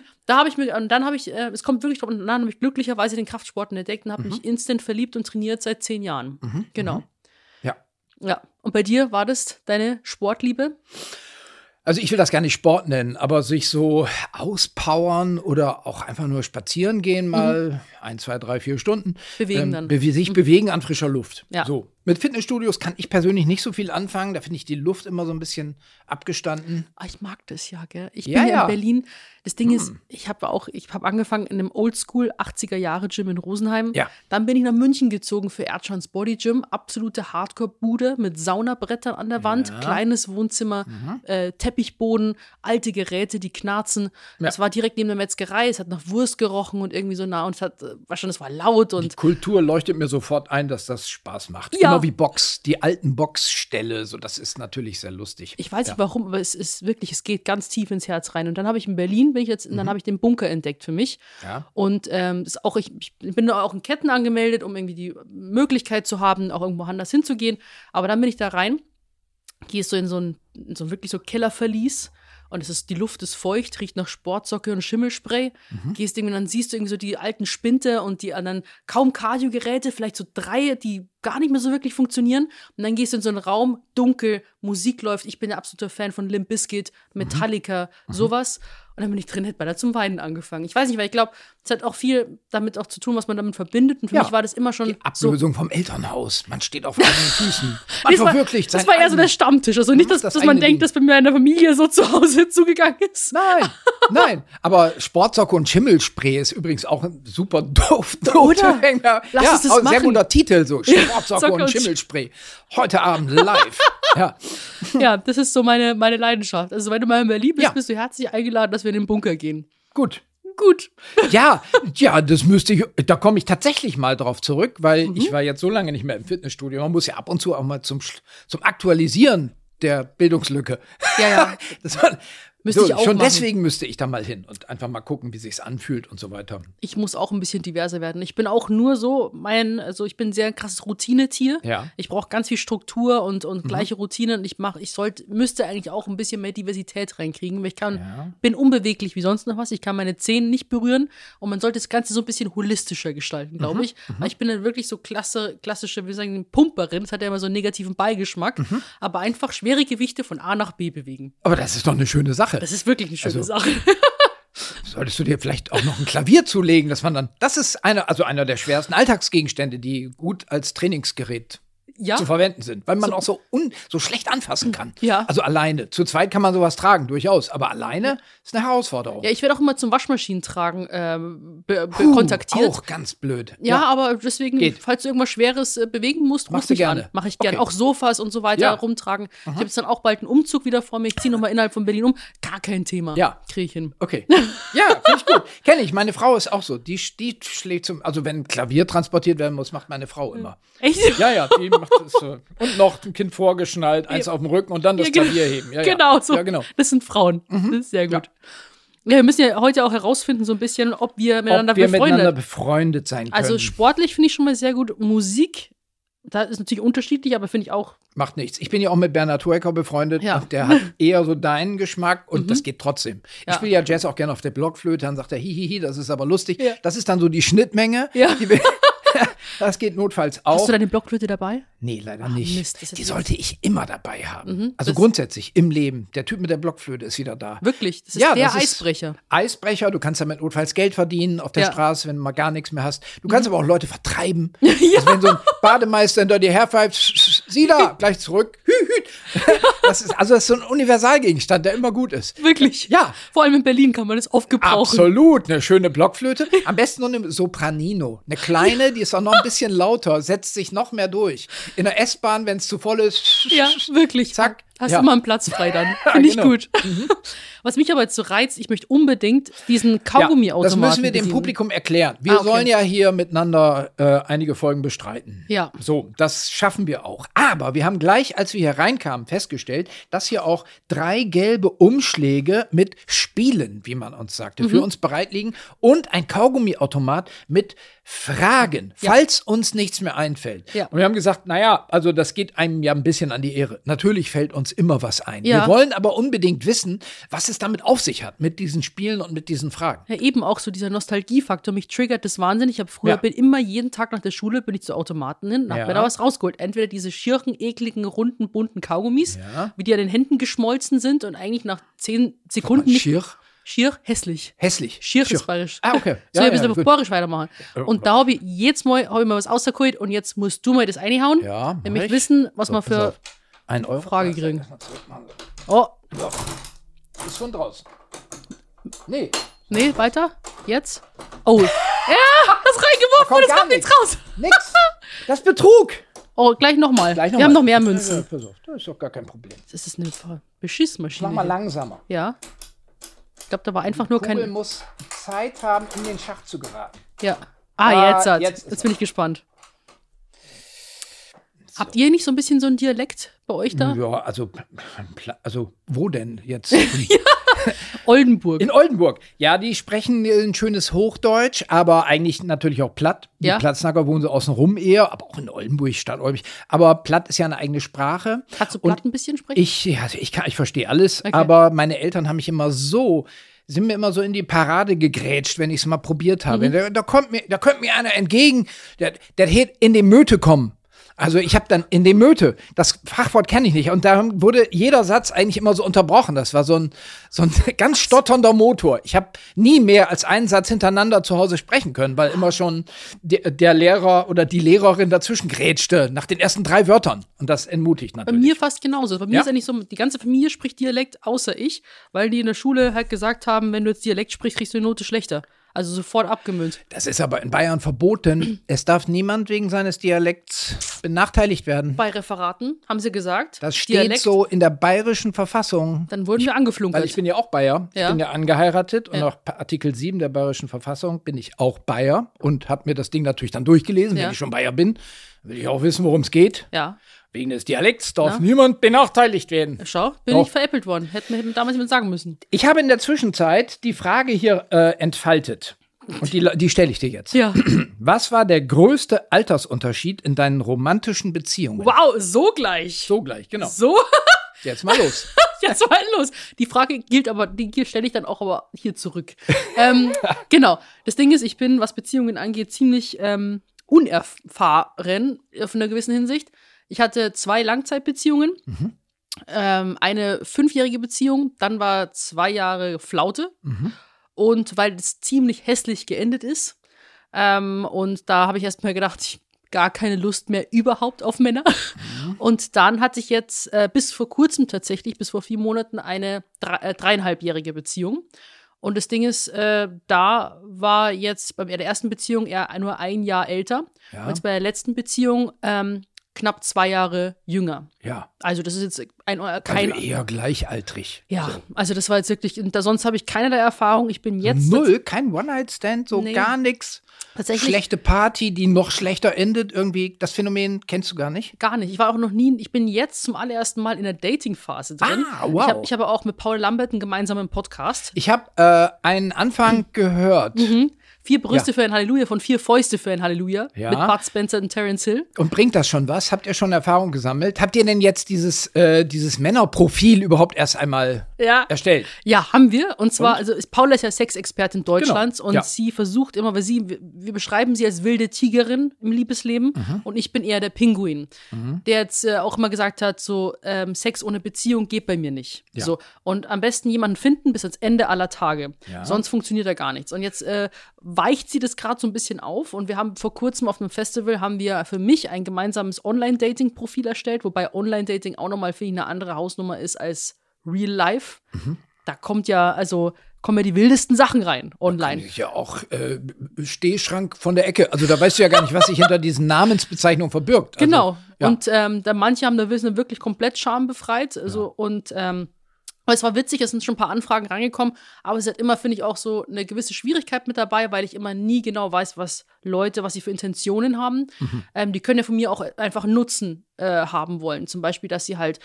B: es kommt wirklich drauf, und dann habe ich glücklicherweise den Kraftsport entdeckt und habe mich instant verliebt und trainiert seit 10 Jahren. Genau. Ja. Und bei dir war das deine Sportliebe?
C: Also ich will das gar nicht Sport nennen, aber sich so auspowern oder auch einfach nur spazieren gehen mal 1, 2, 3, 4 Stunden.
B: Bewegen dann.
C: Sich bewegen an frischer Luft.
B: Ja.
C: So. Mit Fitnessstudios kann ich persönlich nicht so viel anfangen. Da finde ich die Luft immer so ein bisschen abgestanden.
B: Ich mag das ja, gell? Ich bin ja in Berlin. Das Ding ist, ich habe angefangen in einem Oldschool 80er-Jahre-Gym in Rosenheim.
C: Ja.
B: Dann bin ich nach München gezogen für Erdschans Body Gym. Absolute Hardcore-Bude mit Saunabrettern an der Wand, kleines Wohnzimmer, Teppichboden, alte Geräte, die knarzen. Es war direkt neben der Metzgerei. Es hat nach Wurst gerochen und irgendwie so nah. Und es war laut. Und
C: die Kultur leuchtet mir sofort ein, dass das Spaß macht.
B: Ja.
C: Genau wie die alten Boxställe. So, das ist natürlich sehr lustig.
B: Ich weiß nicht warum, aber es ist wirklich, es geht ganz tief ins Herz rein. Und dann habe ich in Berlin, dann habe ich den Bunker entdeckt für mich. Ja. Und ich bin da auch in Ketten angemeldet, um irgendwie die Möglichkeit zu haben, auch irgendwo anders hinzugehen. Aber dann bin ich da rein, gehst du in so ein wirklich so Kellerverlies. Und die Luft ist feucht, riecht nach Sportsocke und Schimmelspray. Gehst irgendwie, dann siehst du irgendwie so die alten Spinte und die anderen kaum Kardiogeräte, vielleicht so 3, die gar nicht mehr so wirklich funktionieren. Und dann gehst du in so einen Raum, dunkel, Musik läuft. Ich bin ein absoluter Fan von Limp Bizkit, Metallica, sowas. Und Und dann bin ich drin, hätte beinahe zum Weinen angefangen. Ich weiß nicht, weil ich glaube, es hat auch viel damit auch zu tun, was man damit verbindet. Und für mich war das immer schon
C: die Ablösung vom Elternhaus. Man steht auf eigenen Füßen. Man verwirklicht
B: das war eher so der Stammtisch. Also nicht, dass man denkt, dass bei mir in der Familie so zu Hause zugegangen ist.
C: Nein. Aber Sportsocke und Schimmelspray ist übrigens auch ein super doof.
B: Oder? Lass uns das machen.
C: Sehr guter Titel, so Sportsocke und Schimmelspray. Heute Abend live.
B: Ja, das ist so meine Leidenschaft. Also wenn du mal in Berlin bist, bist du herzlich eingeladen, dass wir in den Bunker gehen.
C: Gut. Ja, das müsste ich, da komme ich tatsächlich mal drauf zurück, weil ich war jetzt so lange nicht mehr im Fitnessstudio. Man muss ja ab und zu auch mal zum Aktualisieren der Bildungslücke.
B: Ja.
C: Müsste ich auch schon
B: machen.
C: Deswegen müsste ich da mal hin und einfach mal gucken, wie sich's anfühlt und so weiter.
B: Ich muss auch ein bisschen diverser werden. Ich bin auch nur so, ich bin ein sehr krasses Routinetier.
C: Ja.
B: Ich brauche ganz viel Struktur und gleiche Routinen. Müsste eigentlich auch ein bisschen mehr Diversität reinkriegen. Weil bin unbeweglich wie sonst noch was. Ich kann meine Zähne nicht berühren und man sollte das Ganze so ein bisschen holistischer gestalten, glaube ich. Weil ich bin dann wirklich so klassische, wie sagen, Pumperin. Das hat ja immer so einen negativen Beigeschmack. Aber einfach schwere Gewichte von A nach B bewegen.
C: Aber das ist doch eine schöne Sache.
B: Das ist wirklich eine schöne Sache.
C: Solltest du dir vielleicht auch noch ein Klavier zulegen, das ist einer der schwersten Alltagsgegenstände, die gut als Trainingsgerät zu verwenden sind, weil man auch so schlecht anfassen kann.
B: Ja.
C: Also alleine. Zu zweit kann man sowas tragen, durchaus. Aber alleine ist eine Herausforderung.
B: Ja, ich werde auch immer zum Waschmaschinentragen kontaktiert.
C: Auch ganz blöd.
B: Ja, aber deswegen, falls du irgendwas Schweres bewegen musst, ruf mich
C: gerne.
B: an. Mache ich gerne. Auch Sofas und so weiter rumtragen. Ich habe jetzt dann auch bald einen Umzug wieder vor mir. Ich ziehe nochmal innerhalb von Berlin um. Gar kein Thema.
C: Ja.
B: Kriege ich hin.
C: Okay. Ja, finde ich gut. Kenne ich. Meine Frau ist auch so. Die schlägt also wenn Klavier transportiert werden muss, macht meine Frau immer.
B: Echt?
C: Ja, die macht das so. Und noch ein Kind vorgeschnallt, eins auf dem Rücken und dann das Klavier heben. Ja,
B: genau so.
C: Ja, genau.
B: Das sind Frauen. Das ist sehr gut. Ja, wir müssen ja heute auch herausfinden, so ein bisschen, ob wir miteinander
C: befreundet sein können.
B: Also sportlich finde ich schon mal sehr gut. Musik, da ist natürlich unterschiedlich, aber finde ich auch.
C: Macht nichts. Ich bin ja auch mit Bernhard Hoeker befreundet.
B: Ja.
C: Und der hat eher so deinen Geschmack und das geht trotzdem. Ich spiele ja Jazz auch gerne auf der Blockflöte. Dann sagt er, hihihi, das ist aber lustig. Ja. Das ist dann so die Schnittmenge.
B: Ja.
C: Das geht notfalls auch.
B: Hast du deine Blockflöte dabei?
C: Nee, leider nicht.
B: Mist,
C: die sollte ich immer dabei haben. Also grundsätzlich im Leben. Der Typ mit der Blockflöte ist wieder da.
B: Wirklich? Das ist der Eisbrecher.
C: Eisbrecher. Du kannst damit notfalls Geld verdienen auf der Straße, wenn du mal gar nichts mehr hast. Du kannst aber auch Leute vertreiben. Also wenn so ein Bademeister hinter dir herpfeift, sieh da, gleich zurück. Das ist so ein Universalgegenstand, der immer gut ist.
B: Wirklich?
C: Ja.
B: Vor allem in Berlin kann man das oft gebrauchen.
C: Absolut. Eine schöne Blockflöte. Am besten noch eine Sopranino. Eine kleine, die ist auch noch ein bisschen lauter, setzt sich noch mehr durch. In der S-Bahn, wenn es zu voll ist.
B: Ja, wirklich.
C: Zack.
B: Hast immer einen Platz frei dann. Finde ich gut. Was mich aber jetzt so reizt, ich möchte unbedingt diesen Kaugummiautomaten
C: das müssen wir dem Publikum erklären. Wir sollen ja hier miteinander einige Folgen bestreiten.
B: Ja.
C: So, das schaffen wir auch. Aber wir haben gleich, als wir hier reinkamen, festgestellt, dass hier auch 3 gelbe Umschläge mit Spielen, wie man uns sagte, für uns bereit liegen und ein Kaugummiautomat mit Fragen, falls uns nichts mehr einfällt.
B: Ja.
C: Und wir haben gesagt, also das geht einem ja ein bisschen an die Ehre. Natürlich fällt uns immer was ein.
B: Ja.
C: Wir wollen aber unbedingt wissen, was es damit auf sich hat, mit diesen Spielen und mit diesen Fragen.
B: Ja, eben auch so dieser Nostalgiefaktor. Mich triggert das wahnsinnig. Ich habe früher, jeden Tag nach der Schule bin ich zu Automaten hin und habe mir da was rausgeholt. Entweder diese schirchen, ekligen, runden, bunten Kaugummis, wie die an den Händen geschmolzen sind und eigentlich nach 10 Sekunden Schier, hässlich. Schier ist bayerisch.
C: Ah, okay.
B: So, ein bisschen bayerisch weitermachen. Und da habe ich jetzt mal was rausgeholt und jetzt musst du mal das reinhauen.
C: Ja,
B: nämlich wissen, was wir für
C: 1 Euro
B: Frage kriegen. Oh.
C: Ist schon draußen. Nee,
B: weiter. Jetzt. Oh. Ja, das reingeworfen und es kommt nichts raus.
C: Nix. Das ist Betrug.
B: Oh, gleich nochmal. Wir haben noch mehr Münzen.
C: Pass auf, das ist doch gar kein Problem.
B: Das ist eine Beschissmaschine.
C: Mach mal langsamer.
B: Ja. Ich glaube, da war einfach nur
C: Kugel muss Zeit haben, in den Schacht zu geraten.
B: Ja. Jetzt bin ich gespannt. Habt ihr nicht so ein bisschen so ein Dialekt bei euch da?
C: Ja, also wo denn jetzt?
B: Oldenburg.
C: In Oldenburg. Ja, die sprechen ein schönes Hochdeutsch, aber eigentlich natürlich auch platt. Die Platznacker wohnen so außenrum eher, aber auch in Oldenburg, stadtolbig. Aber platt ist ja eine eigene Sprache.
B: Kannst du platt ein bisschen sprechen?
C: Ich verstehe alles, aber meine Eltern haben mich sind mir immer so in die Parade gegrätscht, wenn ich es mal probiert habe. Da kommt mir einer entgegen, der hätte in die Möte kommen. Also ich habe dann in dem Möte, das Fachwort kenne ich nicht, und da wurde jeder Satz eigentlich immer so unterbrochen. Das war so ein ganz stotternder Motor. Ich habe nie mehr als einen Satz hintereinander zu Hause sprechen können, weil immer schon der Lehrer oder die Lehrerin dazwischen grätschte nach den ersten 3 Wörtern. Und das entmutigt
B: Bei
C: natürlich.
B: mir fast genauso. Bei mir ist eigentlich so, die ganze Familie spricht Dialekt, außer ich, weil die in der Schule halt gesagt haben, wenn du jetzt Dialekt sprichst, kriegst du die Note schlechter. Also sofort abgemünzt.
C: Das ist aber in Bayern verboten. Es darf niemand wegen seines Dialekts benachteiligt werden.
B: Bei Referaten haben sie gesagt,
C: Das steht so in der bayerischen Verfassung.
B: Dann wurden wir angeflunkert.
C: Weil ich bin ja auch Bayer.
B: Ja.
C: Ich bin ja angeheiratet und
B: Ja.
C: nach Artikel 7 der bayerischen Verfassung bin ich auch Bayer und habe mir das Ding natürlich dann durchgelesen.
B: Ja.
C: Wenn ich schon Bayer bin, will ich auch wissen, worum es geht.
B: Ja,
C: Wegen des Dialekts darf niemand benachteiligt werden.
B: schau, bin
C: Doch.
B: ich veräppelt worden. Hätten wir damals jemand sagen müssen.
C: Ich habe in der Zwischenzeit die Frage hier entfaltet. Und die stelle ich dir jetzt.
B: Ja.
C: Was war der größte Altersunterschied in deinen romantischen Beziehungen?
B: Wow, so gleich.
C: So gleich, genau.
B: So?
C: Jetzt mal los.
B: Jetzt mal los. Die Frage gilt aber, die stelle ich dann auch aber hier zurück. Genau. Das Ding ist, ich bin, was Beziehungen angeht, ziemlich unerfahren auf einer gewissen Hinsicht. Ich hatte 2 Langzeitbeziehungen. Eine 5-jährige Beziehung, dann war 2 Jahre Flaute. Und weil es ziemlich hässlich geendet ist. Und da habe ich erst mal gedacht, ich gar keine Lust mehr überhaupt auf Männer. Und dann hatte ich jetzt bis vor kurzem tatsächlich, bis vor 4 Monaten, eine 3,5-jährige Beziehung. Und das Ding ist, da war jetzt bei der ersten Beziehung eher nur 1 Jahr älter.
C: Ja.
B: Und jetzt bei der letzten Beziehung knapp 2 Jahre jünger.
C: Ja.
B: Also das ist jetzt kein
C: Also eher gleichaltrig.
B: ja, also das war jetzt wirklich, sonst habe ich keinerlei Erfahrung. Ich bin jetzt
C: Null, kein One-Night-Stand, so
B: Nee.
C: gar nichts.
B: tatsächlich
C: Schlechte Party, die noch schlechter endet, irgendwie. Das Phänomen kennst du gar nicht?
B: gar nicht. Ich war auch noch nie, ich bin jetzt zum allerersten Mal in der Dating-Phase drin.
C: Ah, wow.
B: Ich habe auch mit Paul Lambert einen gemeinsamen Podcast.
C: Ich habe einen Anfang gehört
B: 4 Brüste für ein Halleluja von 4 Fäuste für ein Halleluja
C: Ja.
B: mit Bud Spencer und Terence Hill.
C: und bringt das schon was? Habt ihr schon Erfahrung gesammelt? Habt ihr denn jetzt dieses Männerprofil überhaupt erst einmal
B: Ja.
C: erstellt?
B: Ja, haben wir. Und zwar, also Paula ist ja Sexexpertin Deutschlands
C: Genau.
B: und
C: Ja.
B: sie versucht immer, weil wir beschreiben sie als wilde Tigerin im Liebesleben und ich bin eher der Pinguin, der jetzt auch immer gesagt hat, so Sex ohne Beziehung geht bei mir nicht.
C: Ja.
B: So. Und am besten jemanden finden bis ans Ende aller Tage.
C: Ja.
B: Sonst funktioniert da gar nichts. Und jetzt weicht sie das gerade so ein bisschen auf und wir haben vor kurzem auf einem Festival haben wir für mich ein gemeinsames Online-Dating-Profil erstellt, wobei Online-Dating auch nochmal für ihn eine andere Hausnummer ist als Real Life. Da kommen ja die wildesten Sachen rein online.
C: Ja, auch Stehschrank von der Ecke. Also da weißt du ja gar nicht, was sich hinter diesen Namensbezeichnungen verbirgt. Also,
B: Genau.
C: ja.
B: Und da manche haben da sind wirklich komplett schambefreit. Also, und aber es war witzig, es sind schon ein paar Anfragen reingekommen, aber es hat immer, finde ich, auch so eine gewisse Schwierigkeit mit dabei, weil ich immer nie genau weiß, was sie für Intentionen haben. Die können ja von mir auch einfach Nutzen haben wollen. Zum Beispiel, dass sie halt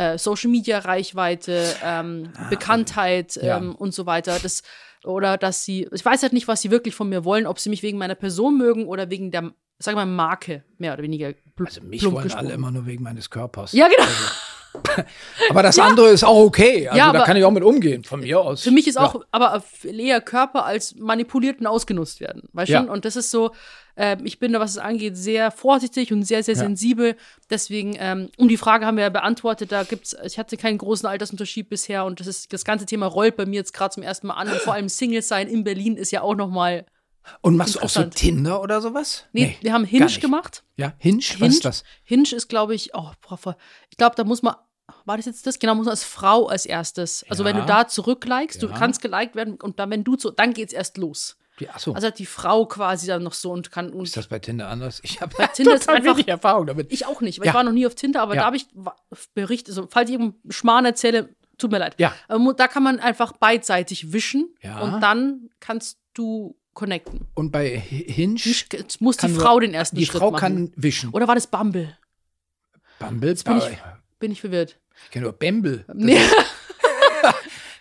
B: Social-Media-Reichweite, Bekanntheit
C: Ja.
B: und so weiter. Oder dass sie, ich weiß halt nicht, was sie wirklich von mir wollen, ob sie mich wegen meiner Person mögen oder wegen der, sagen wir mal, Marke, mehr oder weniger
C: Also mich
B: plump
C: wollen
B: gesprochen.
C: alle immer nur wegen meines Körpers.
B: Ja, genau.
C: Aber das andere ist auch okay. Also
B: Ja,
C: da
B: aber
C: kann ich auch mit umgehen, von mir aus.
B: Für mich ist auch aber eher Körper als manipuliert und ausgenutzt werden. Weißt du?
C: Ja.
B: Und das ist so, ich bin da, was es angeht, sehr vorsichtig und sehr, sehr sensibel. Deswegen, die Frage haben wir ja beantwortet, ich hatte keinen großen Altersunterschied bisher und das ganze Thema rollt bei mir jetzt gerade zum ersten Mal an. Und vor allem Single sein in Berlin ist ja auch noch mal.
C: Und machst du auch so
B: Interessant.
C: Tinder oder sowas?
B: Nee, wir haben
C: gar
B: Hinge
C: nicht.
B: gemacht.
C: Ja, Hinge? Was ist das?
B: Hinge ist, glaube ich, ich glaube, da muss man, war das jetzt das? Genau, muss man als Frau als erstes. Also
C: Ja.
B: wenn du da zurücklikest, du
C: Ja.
B: kannst geliked werden und dann, dann geht's erst los.
C: Achso,
B: Also hat die Frau quasi dann noch so und kann. Und
C: ist das bei Tinder anders? Ich habe
B: Tinder ist
C: total
B: einfach-
C: wenig Erfahrung damit.
B: ich auch nicht, weil
C: Ja.
B: ich war noch nie auf Tinder, aber
C: Ja.
B: da habe ich Berichte, also, falls ich irgendeinen Schmarrn erzähle, tut mir leid.
C: Ja.
B: Da kann man einfach beidseitig wischen
C: Ja.
B: und dann kannst du connecten.
C: Und bei Hinge,
B: Jetzt muss die
C: kann nur-
B: Frau den ersten
C: die
B: Schritt
C: Frau
B: machen.
C: kann wischen.
B: Oder war das Bumble?
C: Bumble?
B: bin ich verwirrt.
C: Ich kenne nur Bamble.
B: Nee.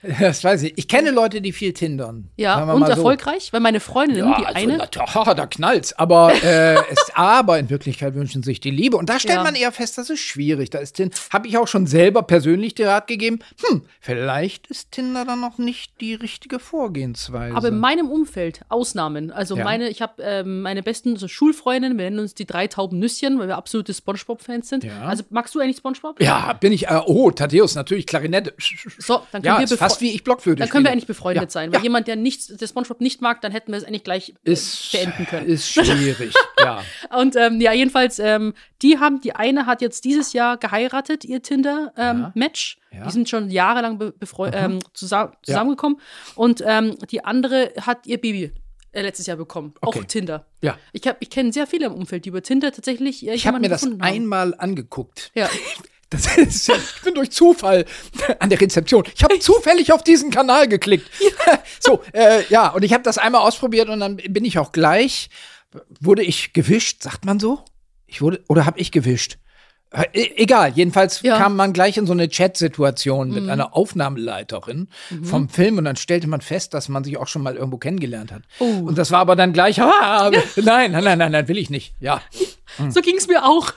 C: Das weiß ich. Ich kenne Leute, die viel tindern.
B: Ja,
C: Sagen wir
B: und
C: mal so.
B: erfolgreich, weil meine Freundin, die eine.
C: Da knallt's. Aber aber in Wirklichkeit wünschen sich die Liebe. Und da stellt man eher fest, das ist schwierig. Da ist habe ich auch schon selber persönlich den Rat gegeben. Vielleicht ist Tinder dann noch nicht die richtige Vorgehensweise.
B: Aber in meinem Umfeld Ausnahmen. Also ich habe meine besten so Schulfreundinnen, wir nennen uns die 3 tauben Nüsschen, weil wir absolute SpongeBob-Fans sind.
C: Ja.
B: Also magst du eigentlich SpongeBob?
C: Ja, bin ich. Thaddeus, natürlich Klarinette.
B: So, dann können wir
C: ist fast wie ich Blockflöte
B: Dann können wir
C: spiele.
B: eigentlich befreundet sein. Weil jemand, der SpongeBob nicht mag, dann hätten wir es eigentlich gleich beenden können.
C: Ist schwierig, ja.
B: Und jedenfalls, die eine hat jetzt dieses Jahr geheiratet, ihr Tinder-Match.
C: Ja.
B: Die sind schon jahrelang zusammengekommen. Und die andere hat ihr Baby letztes Jahr bekommen.
C: Okay.
B: Auch Tinder.
C: Ja.
B: Ich kenne sehr viele im Umfeld, die über Tinder tatsächlich
C: Ich habe mir das
B: gefunden haben.
C: einmal angeguckt.
B: Ja.
C: Ich bin durch Zufall an der Rezeption. Ich habe zufällig auf diesen Kanal geklickt. Und ich habe das einmal ausprobiert und dann bin ich auch wurde ich gewischt, sagt man so? Oder habe ich gewischt? Egal, jedenfalls kam man gleich in so eine Chat-Situation mit einer Aufnahmeleiterin vom Film und dann stellte man fest, dass man sich auch schon mal irgendwo kennengelernt hat.
B: Oh.
C: Und das war aber dann gleich, nein, will ich nicht. Ja.
B: So ging es mir auch.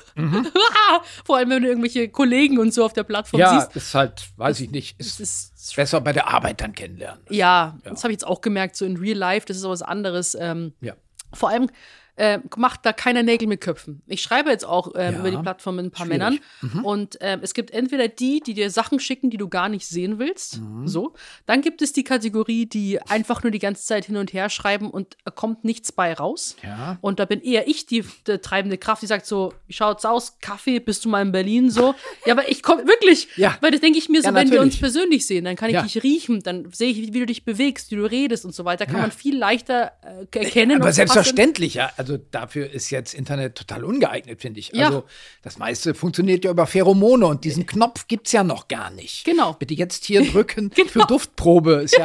B: Vor allem, wenn du irgendwelche Kollegen und so auf der Plattform siehst.
C: Ja, ist halt, weiß ich nicht, ist besser bei der Arbeit dann kennenlernen.
B: Ja, das habe ich jetzt auch gemerkt, so in Real Life, das ist auch was anderes. Vor allem macht da keiner Nägel mit Köpfen. Ich schreibe jetzt auch über die Plattform mit ein paar Männern. Und es gibt entweder die dir Sachen schicken, die du gar nicht sehen willst. So. Dann gibt es die Kategorie, die einfach nur die ganze Zeit hin und her schreiben und kommt nichts bei raus.
C: Ja.
B: Und da bin eher ich die treibende Kraft, die sagt so, wie schaut's aus? Kaffee, bist du mal in Berlin? So. Ja, aber ich komme wirklich. Ja. Weil das denke ich mir so, wenn wir uns persönlich sehen, dann kann ich dich riechen, dann sehe ich, wie du dich bewegst, wie du redest und so weiter. Kann man viel leichter erkennen.
C: Aber selbstverständlich, ja. Also dafür ist jetzt Internet total ungeeignet, finde ich. Also das meiste funktioniert ja über Pheromone und diesen Knopf gibt's ja noch gar nicht.
B: Genau.
C: Bitte jetzt hier drücken für Duftprobe. Ist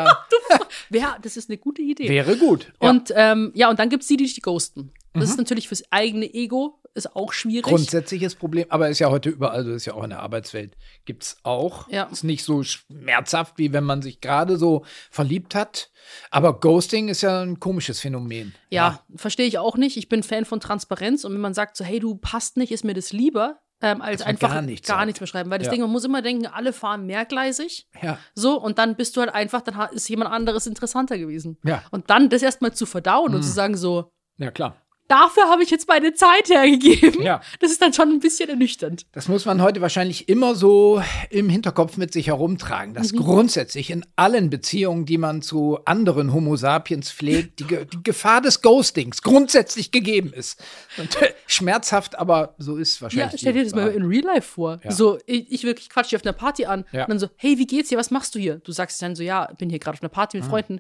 B: das ist eine gute Idee.
C: Wäre gut. Ja.
B: Und und dann gibt's die dich ghosten. Das ist natürlich fürs eigene Ego, ist auch schwierig.
C: Grundsätzliches Problem, aber ist ja heute überall, so ist ja auch in der Arbeitswelt. Gibt's auch.
B: Ja.
C: Ist nicht so schmerzhaft, wie wenn man sich gerade so verliebt hat. Aber Ghosting ist ja ein komisches Phänomen.
B: Ja, verstehe ich auch nicht. Ich bin Fan von Transparenz und wenn man sagt so, hey, du passt nicht, ist mir das lieber, als einfach gar nichts mehr schreiben. Weil das Ding, man muss immer denken, alle fahren mehrgleisig. Ja. So, und dann bist du halt einfach, dann ist jemand anderes interessanter gewesen.
C: Ja.
B: Und dann das erstmal zu verdauen und zu sagen so,
C: ja, klar.
B: Dafür habe ich jetzt meine Zeit hergegeben.
C: Ja.
B: Das ist dann schon ein bisschen ernüchternd.
C: Das muss man heute wahrscheinlich immer so im Hinterkopf mit sich herumtragen, dass grundsätzlich in allen Beziehungen, die man zu anderen Homo sapiens pflegt, die Gefahr des Ghostings grundsätzlich gegeben ist. Und schmerzhaft, aber so ist wahrscheinlich.
B: Ja, stell dir das mal in Real Life vor. Ja. So, ich wirklich quatsch dich auf einer Party an und dann so, hey, wie geht's dir, was machst du hier? Du sagst dann so, ja, bin hier gerade auf einer Party mit Freunden.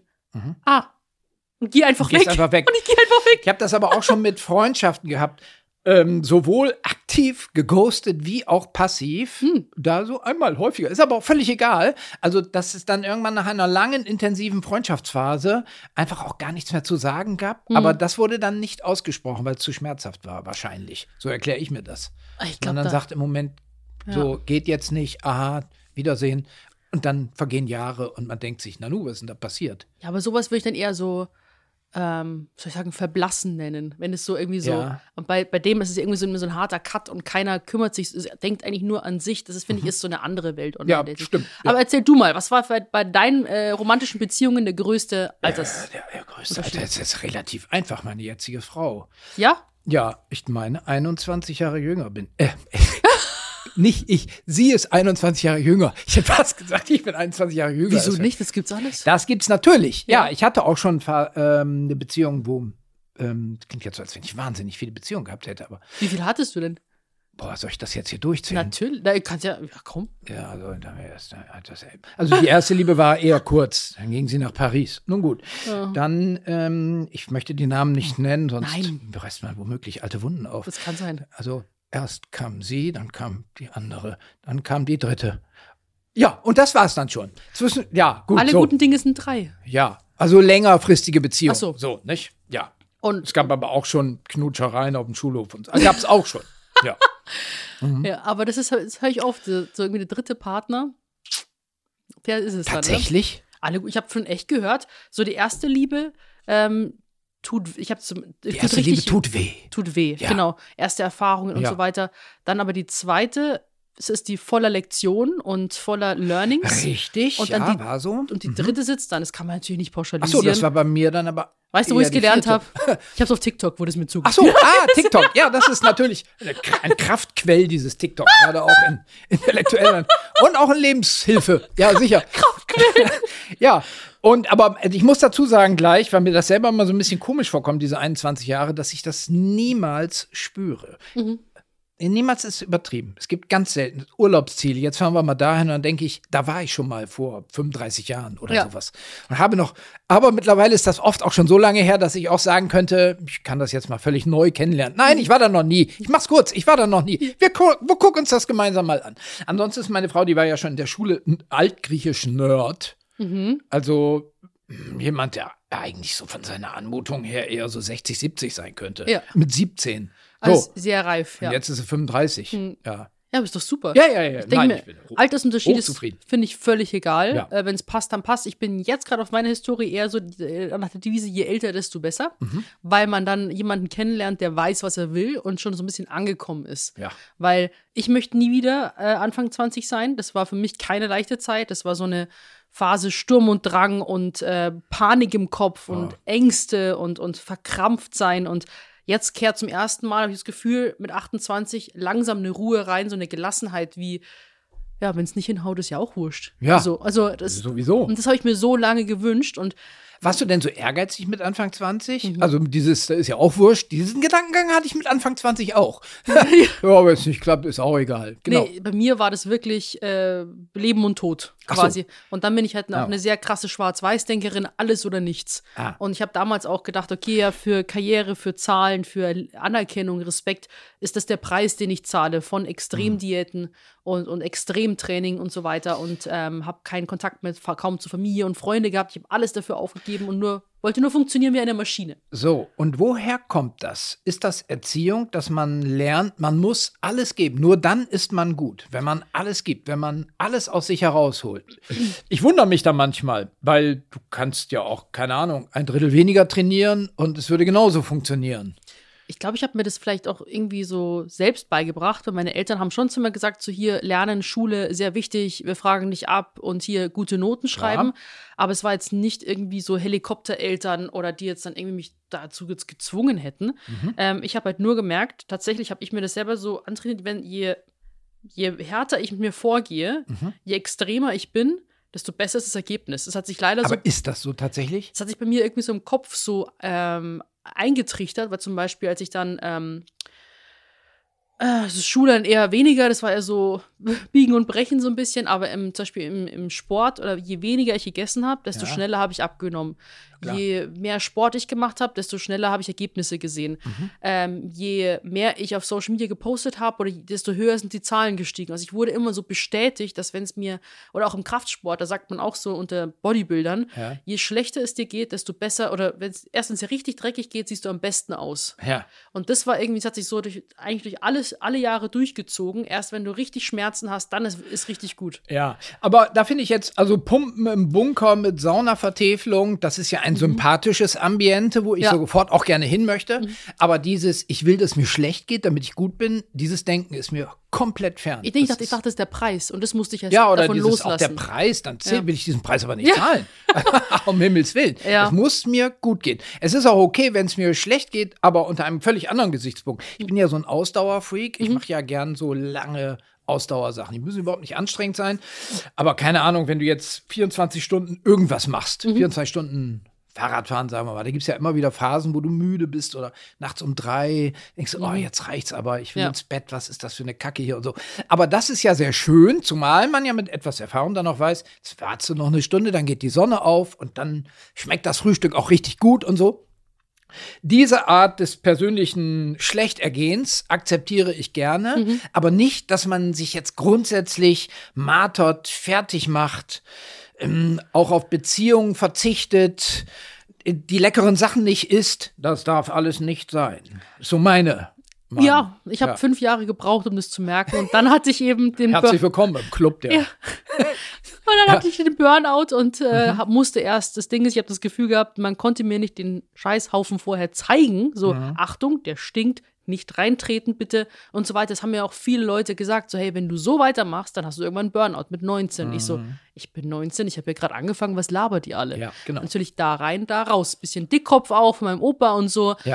B: Und geh einfach weg.
C: Und ich gehe einfach weg. Ich habe das aber auch schon mit Freundschaften gehabt. Sowohl aktiv geghostet wie auch passiv. Da so einmal häufiger. Ist aber auch völlig egal. Also, dass es dann irgendwann nach einer langen, intensiven Freundschaftsphase einfach auch gar nichts mehr zu sagen gab. Aber das wurde dann nicht ausgesprochen, weil es zu schmerzhaft war, wahrscheinlich. So erkläre ich mir das. Man dann sagt im Moment, so geht jetzt nicht, aha, Wiedersehen. Und dann vergehen Jahre und man denkt sich, was ist denn da passiert?
B: Ja, aber sowas würde ich dann eher so soll ich sagen, verblassen nennen. Wenn es so irgendwie so, und bei dem ist es irgendwie so ein harter Cut und keiner kümmert sich, denkt eigentlich nur an sich. Das ist, finde ich, ist so eine andere Welt.
C: Ja, stimmt.
B: Aber erzähl du mal, was war bei deinen romantischen Beziehungen der größte Alters?
C: Der größte Alter, das ist relativ einfach, meine jetzige Frau.
B: Ja?
C: Ja, ich meine, 21 Jahre jünger bin. Nicht ich, sie ist 21 Jahre jünger. Ich hätte fast gesagt, ich bin 21 Jahre jünger.
B: Wieso nicht? Das gibt's alles.
C: Das gibt's natürlich. Ja, ich hatte auch schon eine Beziehung, wo, klingt jetzt so, als wenn ich wahnsinnig viele Beziehungen gehabt hätte, aber.
B: Wie viel hattest du denn?
C: Boah, soll ich das jetzt hier durchziehen?
B: Natürlich, da kannst ja komm.
C: Ja, also die erste Liebe war eher kurz. Dann ging sie nach Paris. Nun gut. Ja. Dann, ich möchte die Namen nicht nennen, sonst reißt man womöglich alte Wunden auf.
B: Das kann sein.
C: Also erst kam sie, dann kam die andere, dann kam die dritte. Ja, und das war's dann schon. Gut.
B: Alle guten Dinge sind 3.
C: Ja, also längerfristige Beziehungen.
B: Ach so.
C: So, nicht? Ja.
B: Und
C: es gab aber auch schon Knutschereien auf dem Schulhof. Und so. Also gab's auch schon. Ja.
B: Ja, aber das höre ich oft. So irgendwie der dritte Partner. fair ist es
C: Tatsächlich?
B: dann. Ne? Ich habe schon echt gehört, so die erste Liebe
C: Die erste Liebe tut weh.
B: Tut weh,
C: Ja.
B: genau. Erste Erfahrungen und so weiter. Dann aber die zweite, es ist die voller Lektionen und voller Learnings.
C: Richtig,
B: Und dann
C: war so.
B: Und die dritte sitzt dann, das kann man natürlich nicht
C: Ach
B: pauschalisieren.
C: so, das war bei mir dann aber
B: Weißt du, wo ich
C: eher
B: es
C: die
B: gelernt
C: vierte.
B: habe? Ich habe es auf TikTok, wurde es mir
C: Ach
B: zugeschrieben.
C: so, TikTok. Ja, das ist natürlich ein Kraftquell, dieses TikTok. Gerade auch in intellektuellen und auch in Lebenshilfe. Ja, sicher. Kraftquell. Ja, aber ich muss dazu sagen gleich, weil mir das selber mal so ein bisschen komisch vorkommt, diese 21 Jahre, dass ich das niemals spüre. Niemals ist übertrieben. Es gibt ganz selten Urlaubsziele. Jetzt fahren wir mal dahin und dann denke ich, da war ich schon mal vor 35 Jahren oder sowas. Und aber mittlerweile ist das oft auch schon so lange her, dass ich auch sagen könnte, ich kann das jetzt mal völlig neu kennenlernen. Nein, ich war da noch nie. Ich mach's kurz, ich war da noch nie. Wir gucken uns das gemeinsam mal an. Ansonsten ist meine Frau, die war ja schon in der Schule ein altgriechisch-Nerd. Also jemand, der eigentlich so von seiner Anmutung her eher so 60, 70 sein könnte.
B: Ja.
C: Mit 17.
B: Also sehr reif, ja.
C: Und jetzt ist sie 35. Ja.
B: Ja, aber ist doch super.
C: Ja.
B: Ich denke mir, Altersunterschied ist,
C: hochzufrieden.
B: finde ich, völlig egal.
C: Ja.
B: Wenn es passt, dann passt. Ich bin jetzt gerade auf meine Historie eher so nach der Devise, je älter, desto besser. Weil man dann jemanden kennenlernt, der weiß, was er will und schon so ein bisschen angekommen ist.
C: Ja.
B: Weil ich möchte nie wieder Anfang 20 sein. Das war für mich keine leichte Zeit. Das war so eine Phase Sturm und Drang und Panik im Kopf und Ängste und verkrampft sein. Und jetzt kehrt zum ersten Mal, habe ich das Gefühl, mit 28 langsam eine Ruhe rein, so eine Gelassenheit wie, ja, wenn es nicht hinhaut, ist ja auch wurscht.
C: Ja.
B: Also das,
C: Sowieso.
B: und das habe ich mir so lange gewünscht. Und
C: Warst du denn so ehrgeizig mit Anfang 20? Also das ist ja auch wurscht. Diesen Gedankengang hatte ich mit Anfang 20 auch. Ja, aber wenn es nicht klappt, ist auch egal. Genau.
B: nee, bei mir war das wirklich Leben und Tod
C: Ach so.
B: quasi. Und dann bin ich halt auch
C: Ja.
B: eine sehr krasse Schwarz-Weiß-Denkerin, alles oder nichts.
C: Ah.
B: Und ich habe damals auch gedacht, okay, ja, für Karriere, für Zahlen, für Anerkennung, Respekt, ist das der Preis, den ich zahle von Extremdiäten und Extremtraining und so weiter. Und habe keinen Kontakt mehr, kaum zur Familie und Freunde gehabt. Ich habe alles dafür aufgegeben und wollte nur funktionieren wie eine Maschine.
C: So, und woher kommt das? Ist das Erziehung, dass man lernt, man muss alles geben? Nur dann ist man gut, wenn man alles gibt, wenn man alles aus sich herausholt. Ich wundere mich da manchmal, weil du kannst ja auch, keine Ahnung, 1/3 weniger trainieren und es würde genauso funktionieren.
B: Ich glaube, ich habe mir das vielleicht auch irgendwie so selbst beigebracht, weil meine Eltern haben schon zu mir gesagt, so hier Lernen, Schule, sehr wichtig, wir fragen dich ab und hier gute Noten schreiben.
C: Ja.
B: Aber es war jetzt nicht irgendwie so Helikoptereltern oder die jetzt dann irgendwie mich dazu gezwungen hätten. Ich habe halt nur gemerkt, tatsächlich habe ich mir das selber so antrainiert, wenn je härter ich mit mir vorgehe, je extremer ich bin, desto besser ist das Ergebnis. Es hat sich leider
C: Aber ist das so tatsächlich?
B: es hat sich bei mir irgendwie so im Kopf so eingetrichtert, weil zum Beispiel, als ich dann Schule dann eher weniger, das war eher so Biegen und Brechen so ein bisschen, aber zum Beispiel im Sport oder je weniger ich gegessen habe, desto schneller habe ich abgenommen.
C: Klar.
B: Je mehr Sport ich gemacht habe, desto schneller habe ich Ergebnisse gesehen. Je mehr ich auf Social Media gepostet habe, desto höher sind die Zahlen gestiegen. Also ich wurde immer so bestätigt, dass wenn es mir, oder auch im Kraftsport, da sagt man auch so unter Bodybuildern, je schlechter es dir geht, desto besser, oder wenn es erstens ja richtig dreckig geht, siehst du am besten aus.
C: Ja.
B: Und das war irgendwie, es hat sich so eigentlich durch alle Jahre durchgezogen. Erst wenn du richtig Schmerzen hast, dann ist richtig gut.
C: Ja, aber da finde ich jetzt, also Pumpen im Bunker mit Saunavertäfelung, das ist ja ein sympathisches Ambiente, wo ich sofort auch gerne hin möchte. Aber dieses, ich will, dass mir schlecht geht, damit ich gut bin, dieses Denken ist mir komplett fern.
B: Ich dachte, das ist der Preis. Und das musste ich erst
C: oder
B: davon
C: dieses,
B: loslassen.
C: auch der Preis, dann will ich diesen Preis aber nicht zahlen. Um Himmels Willen.
B: Ja.
C: Es muss mir gut gehen. Es ist auch okay, wenn es mir schlecht geht, aber unter einem völlig anderen Gesichtspunkt. Ich bin ja so ein Ausdauerfreak. Ich mache ja gern so lange Ausdauersachen. Die müssen überhaupt nicht anstrengend sein. Aber keine Ahnung, wenn du jetzt 24 Stunden irgendwas machst, 24 Stunden Fahrradfahren, sagen wir mal, da gibt es ja immer wieder Phasen, wo du müde bist oder nachts um 3 denkst du, oh, jetzt reicht's aber, ich will ins Bett, was ist das für eine Kacke hier und so. Aber das ist ja sehr schön, zumal man ja mit etwas Erfahrung dann noch weiß, jetzt wartest du noch eine Stunde, dann geht die Sonne auf und dann schmeckt das Frühstück auch richtig gut und so. Diese Art des persönlichen Schlechtergehens akzeptiere ich gerne, aber nicht, dass man sich jetzt grundsätzlich martert, fertig macht, auch auf Beziehungen verzichtet, die leckeren Sachen nicht isst. Das darf alles nicht sein. So meine Meinung.
B: Ja, ich habe 5 Jahre gebraucht, um das zu merken. Und dann hatte ich eben den
C: Herzlich willkommen im Club der
B: dann hatte ich den Burnout und musste erst, das Ding ist, ich habe das Gefühl gehabt, man konnte mir nicht den Scheißhaufen vorher zeigen. So, Achtung, der stinkt, nicht reintreten bitte und so weiter. Das haben mir auch viele Leute gesagt, so hey, wenn du so weitermachst, dann hast du irgendwann einen Burnout mit 19. Ich so, ich bin 19, ich habe ja gerade angefangen, was labert ihr alle?
C: Ja, genau.
B: Natürlich da rein, da raus. Bisschen Dickkopf auch von meinem Opa und so.
C: Ja.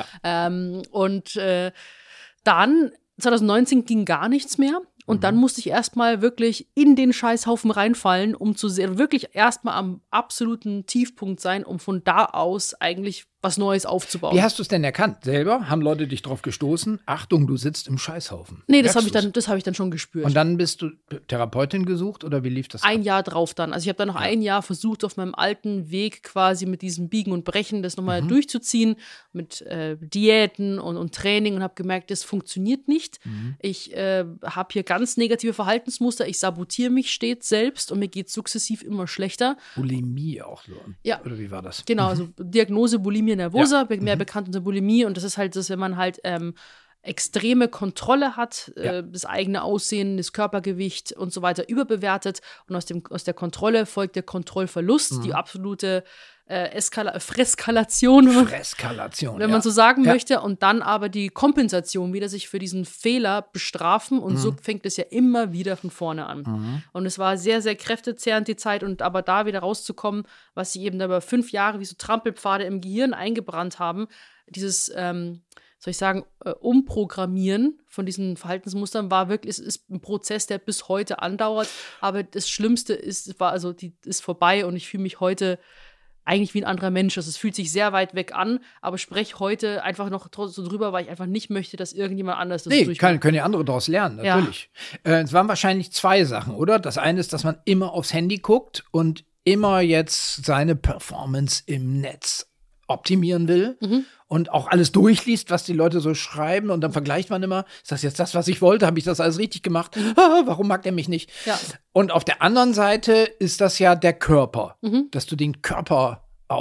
B: Dann 2019 ging gar nichts mehr. Und dann musste ich erstmal wirklich in den Scheißhaufen reinfallen, um zu sehen, wirklich erstmal am absoluten Tiefpunkt sein, um von da aus eigentlich was Neues aufzubauen.
C: Wie hast du es denn erkannt? Selber? Haben Leute dich drauf gestoßen? Achtung, du sitzt im Scheißhaufen.
B: Nee, das habe ich dann schon gespürt.
C: Und dann bist du Therapeutin gesucht oder wie lief das?
B: Ein Jahr drauf dann. Also ich habe dann noch ein Jahr versucht, auf meinem alten Weg quasi mit diesem Biegen und Brechen das nochmal durchzuziehen, mit Diäten und Training und habe gemerkt, das funktioniert nicht. Ich habe hier ganz negative Verhaltensmuster. Ich sabotiere mich stets selbst und mir geht sukzessiv immer schlechter.
C: Bulimie auch so.
B: Ja.
C: Oder wie war das?
B: Genau, also Diagnose Bulimie nervosa, mehr bekannt unter Bulimie. Und das ist halt das, wenn man halt extreme Kontrolle hat, das eigene Aussehen, das Körpergewicht und so weiter überbewertet. Und aus der Kontrolle folgt der Kontrollverlust, die absolute Freskalation, wenn man so sagen möchte. Und dann aber die Kompensation, wieder sich für diesen Fehler bestrafen. Und so fängt es ja immer wieder von vorne an. Und es war sehr, sehr kräftezehrend die Zeit. Und aber da wieder rauszukommen, was sie eben über 5 Jahre wie so Trampelpfade im Gehirn eingebrannt haben, dieses soll ich sagen, Umprogrammieren von diesen Verhaltensmustern war wirklich, es ist ein Prozess, der bis heute andauert. Aber das Schlimmste ist vorbei und ich fühle mich heute eigentlich wie ein anderer Mensch. Also es fühlt sich sehr weit weg an, aber spreche heute einfach noch so drüber, weil ich einfach nicht möchte, dass irgendjemand anders das durchmacht.
C: Können ja andere daraus lernen, natürlich. Ja. Es waren wahrscheinlich 2 Sachen, oder? Das eine ist, dass man immer aufs Handy guckt und immer jetzt seine Performance im Netz optimieren will und auch alles durchliest, was die Leute so schreiben und dann vergleicht man immer, ist das jetzt das, was ich wollte? Habe ich das alles richtig gemacht? Warum mag der mich nicht?
B: Ja.
C: Und auf der anderen Seite ist das ja der Körper, dass du den Körper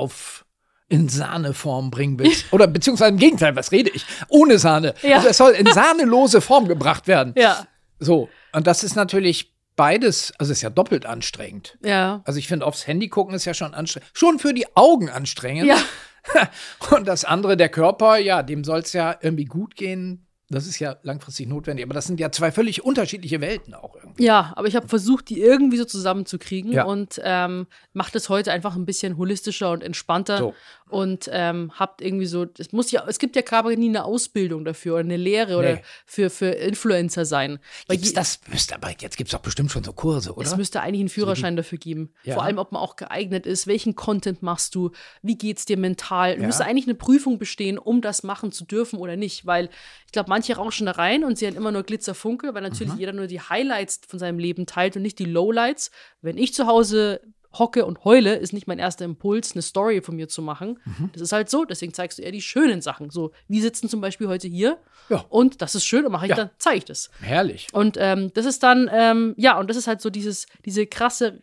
C: in Sahneform bringen willst. Oder beziehungsweise im Gegenteil, was rede ich? Ohne Sahne.
B: Ja.
C: Also es soll in sahnelose Form gebracht werden.
B: Ja.
C: So, und das ist natürlich beides, also ist ja doppelt anstrengend.
B: Ja.
C: Also ich finde, aufs Handy gucken ist ja schon anstrengend. Schon für die Augen anstrengend.
B: Ja.
C: Und das andere, der Körper, ja, dem soll es ja irgendwie gut gehen. Das ist ja langfristig notwendig. Aber das sind ja 2 völlig unterschiedliche Welten auch irgendwie.
B: Ja, aber ich habe versucht, die irgendwie so zusammenzukriegen und mache das heute einfach ein bisschen holistischer und entspannter. So. Und habt irgendwie so, es gibt ja gerade nie eine Ausbildung dafür oder eine Lehre oder für Influencer sein.
C: Aber jetzt gibt es doch bestimmt schon so Kurse, oder?
B: Es müsste eigentlich einen Führerschein dafür geben. Ja. Vor allem, ob man auch geeignet ist, welchen Content machst du, wie geht's dir mental. Du müsste eigentlich eine Prüfung bestehen, um das machen zu dürfen oder nicht, weil ich glaube, manche rauschen da rein und sehen immer nur Glitzerfunke, weil natürlich jeder nur die Highlights von seinem Leben teilt und nicht die Lowlights. Wenn ich zu Hause hocke und heule, ist nicht mein erster Impuls, eine Story von mir zu machen. Das ist halt so, deswegen zeigst du eher die schönen Sachen. So, wir sitzen zum Beispiel heute hier und das ist schön und dann zeige ich das.
C: Herrlich.
B: Und das ist dann, und das ist halt so diese krasse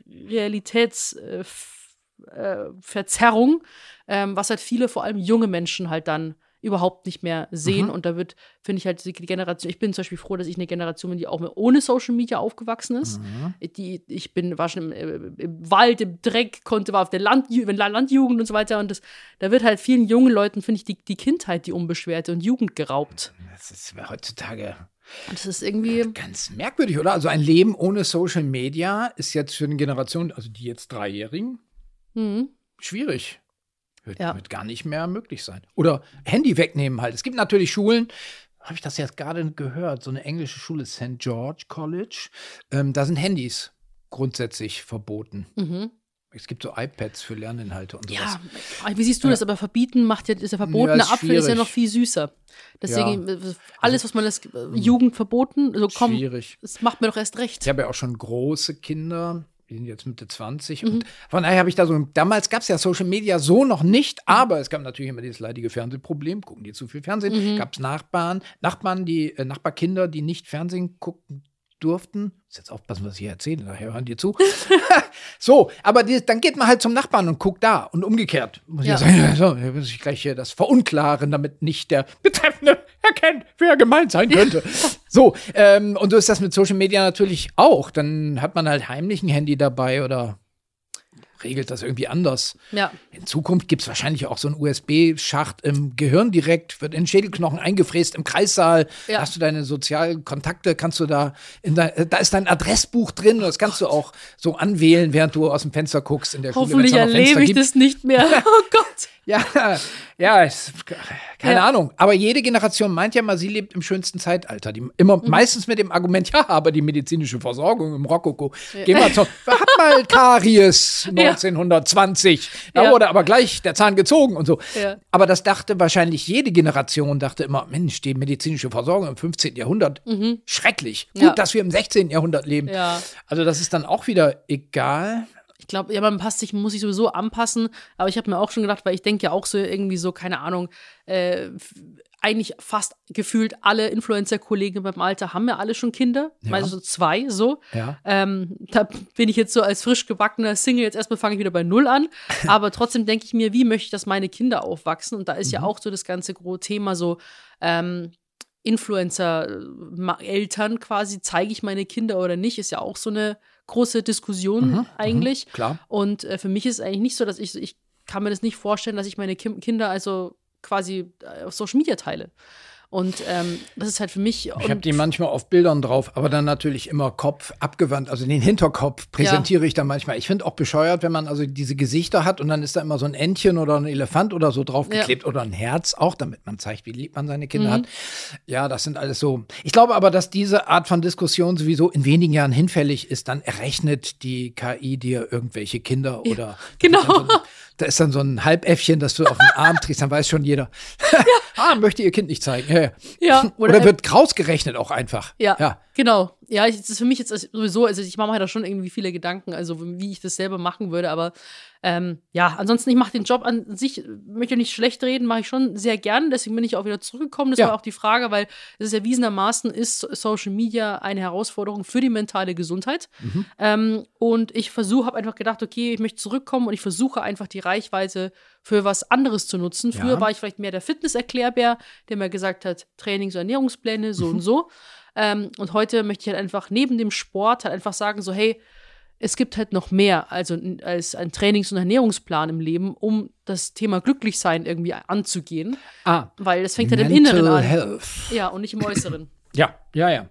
B: Realitätsverzerrung, was halt viele, vor allem junge Menschen halt dann überhaupt nicht mehr sehen. Und da finde ich halt die Generation, ich bin zum Beispiel froh, dass ich eine Generation bin, die auch mehr ohne Social Media aufgewachsen ist. War schon im Wald, im Dreck, war auf der Landjugend und so weiter. Und da wird halt vielen jungen Leuten, finde ich, die Kindheit, die unbeschwerte und Jugend geraubt.
C: Das ist heutzutage
B: das ist irgendwie
C: ganz merkwürdig, oder? Also ein Leben ohne Social Media ist jetzt für eine Generation, also die jetzt 3-Jährigen, schwierig. Wird gar nicht mehr möglich sein. Oder Handy wegnehmen halt. Es gibt natürlich Schulen, habe ich das jetzt gerade gehört, so eine englische Schule, St. George College, da sind Handys grundsätzlich verboten. Es gibt so iPads für Lerninhalte und sowas.
B: Ja, wie siehst du das? Aber verbieten ist der verbotene Apfel ist ja noch viel süßer. Deswegen, alles, was man das Jugend verboten,
C: schwierig.
B: Das macht mir doch erst recht.
C: Ich habe ja auch schon große Kinder. Die sind jetzt Mitte 20 und von daher habe ich damals gab es ja Social Media so noch nicht, aber es gab natürlich immer dieses leidige Fernsehproblem, gucken die zu viel Fernsehen, gab es Nachbarkinder, die nicht Fernsehen gucken durften. Muss jetzt aufpassen, was ich hier erzähle, nachher hören die zu. So, aber dann geht man halt zum Nachbarn und guckt da und umgekehrt. Muss ich ja sagen, so, hier muss ich gleich hier das verunklaren, damit nicht der Betreffende erkennt, wer gemeint sein könnte. So, und so ist das mit Social Media natürlich auch. Dann hat man halt heimlich ein Handy dabei oder regelt das irgendwie anders.
B: Ja.
C: In Zukunft gibt es wahrscheinlich auch so einen USB-Schacht im Gehirn direkt, wird in den Schädelknochen eingefräst, im Kreissaal.
B: Ja.
C: Hast du deine sozialen Kontakte, kannst du da, da ist dein Adressbuch drin und das kannst du auch so anwählen, während du aus dem Fenster guckst in der Schule.
B: Hoffentlich erlebe ich das nicht mehr. Oh Gott.
C: Ja, keine Ahnung. Aber jede Generation meint ja mal, sie lebt im schönsten Zeitalter. Die immer meistens mit dem Argument, ja, aber die medizinische Versorgung im Rokoko. Geh mal hat mal Karies 1920. Da wurde aber gleich der Zahn gezogen und so.
B: Ja.
C: Aber das dachte wahrscheinlich jede Generation, dachte immer, Mensch, die medizinische Versorgung im 15. Jahrhundert, schrecklich. Gut, dass wir im 16. Jahrhundert leben.
B: Ja.
C: Also das ist dann auch wieder egal.
B: Ich glaube, ja, man muss sich sowieso anpassen, aber ich habe mir auch schon gedacht, weil ich denke ja auch so irgendwie so, keine Ahnung, eigentlich fast gefühlt alle Influencer-Kollegen in meinem Alter haben ja alle schon Kinder, also so 2 so.
C: Ja.
B: Da bin ich jetzt so als frisch gebackener Single, jetzt erstmal fange ich wieder bei 0 an, aber trotzdem denke ich mir, wie möchte ich, dass meine Kinder aufwachsen? Und da ist ja auch so das ganze große Thema so, Influencer-Eltern quasi, zeige ich meine Kinder oder nicht, ist ja auch so eine große Diskussion eigentlich.
C: Klar.
B: Und für mich ist es eigentlich nicht so, dass ich kann mir das nicht vorstellen, dass ich meine Kinder also quasi auf Social Media teile. Und das ist halt für mich.
C: Ich habe die manchmal auf Bildern drauf, aber dann natürlich immer Kopf abgewandt, also den Hinterkopf präsentiere ich dann manchmal. Ich finde auch bescheuert, wenn man also diese Gesichter hat und dann ist da immer so ein Entchen oder ein Elefant oder so draufgeklebt oder ein Herz auch, damit man zeigt, wie lieb man seine Kinder hat. Ja, das sind alles so. Ich glaube aber, dass diese Art von Diskussion sowieso in wenigen Jahren hinfällig ist. Dann errechnet die KI dir irgendwelche Kinder oder
B: genau.
C: Da ist dann so ein Halbäffchen, das du auf den Arm trägst, dann weiß schon jeder. Möchte ihr Kind nicht zeigen.
B: Ja.
C: Oder wird rausgerechnet auch einfach.
B: Ja. Genau. Ja, das ist für mich jetzt sowieso, also ich mache mir da schon irgendwie viele Gedanken, also wie ich das selber machen würde, aber ansonsten, ich mache den Job an sich, möchte nicht schlecht reden, mache ich schon sehr gern, deswegen bin ich auch wieder zurückgekommen. Das war auch die Frage, weil es ist erwiesenermaßen, ist Social Media eine Herausforderung für die mentale Gesundheit. Und ich habe einfach gedacht, okay, ich möchte zurückkommen und ich versuche einfach die Reichweite für was anderes zu nutzen. Früher war ich vielleicht mehr der Fitness-Erklärbär, der mir gesagt hat, Trainings- und Ernährungspläne, so und so. Und heute möchte ich halt einfach neben dem Sport halt einfach sagen, so hey, es gibt halt noch mehr als ein Trainings- und Ernährungsplan im Leben, um das Thema Glücklichsein irgendwie anzugehen. Weil das fängt halt im Inneren an.
C: Health.
B: Ja, und nicht im Äußeren.
C: Ja. Ja,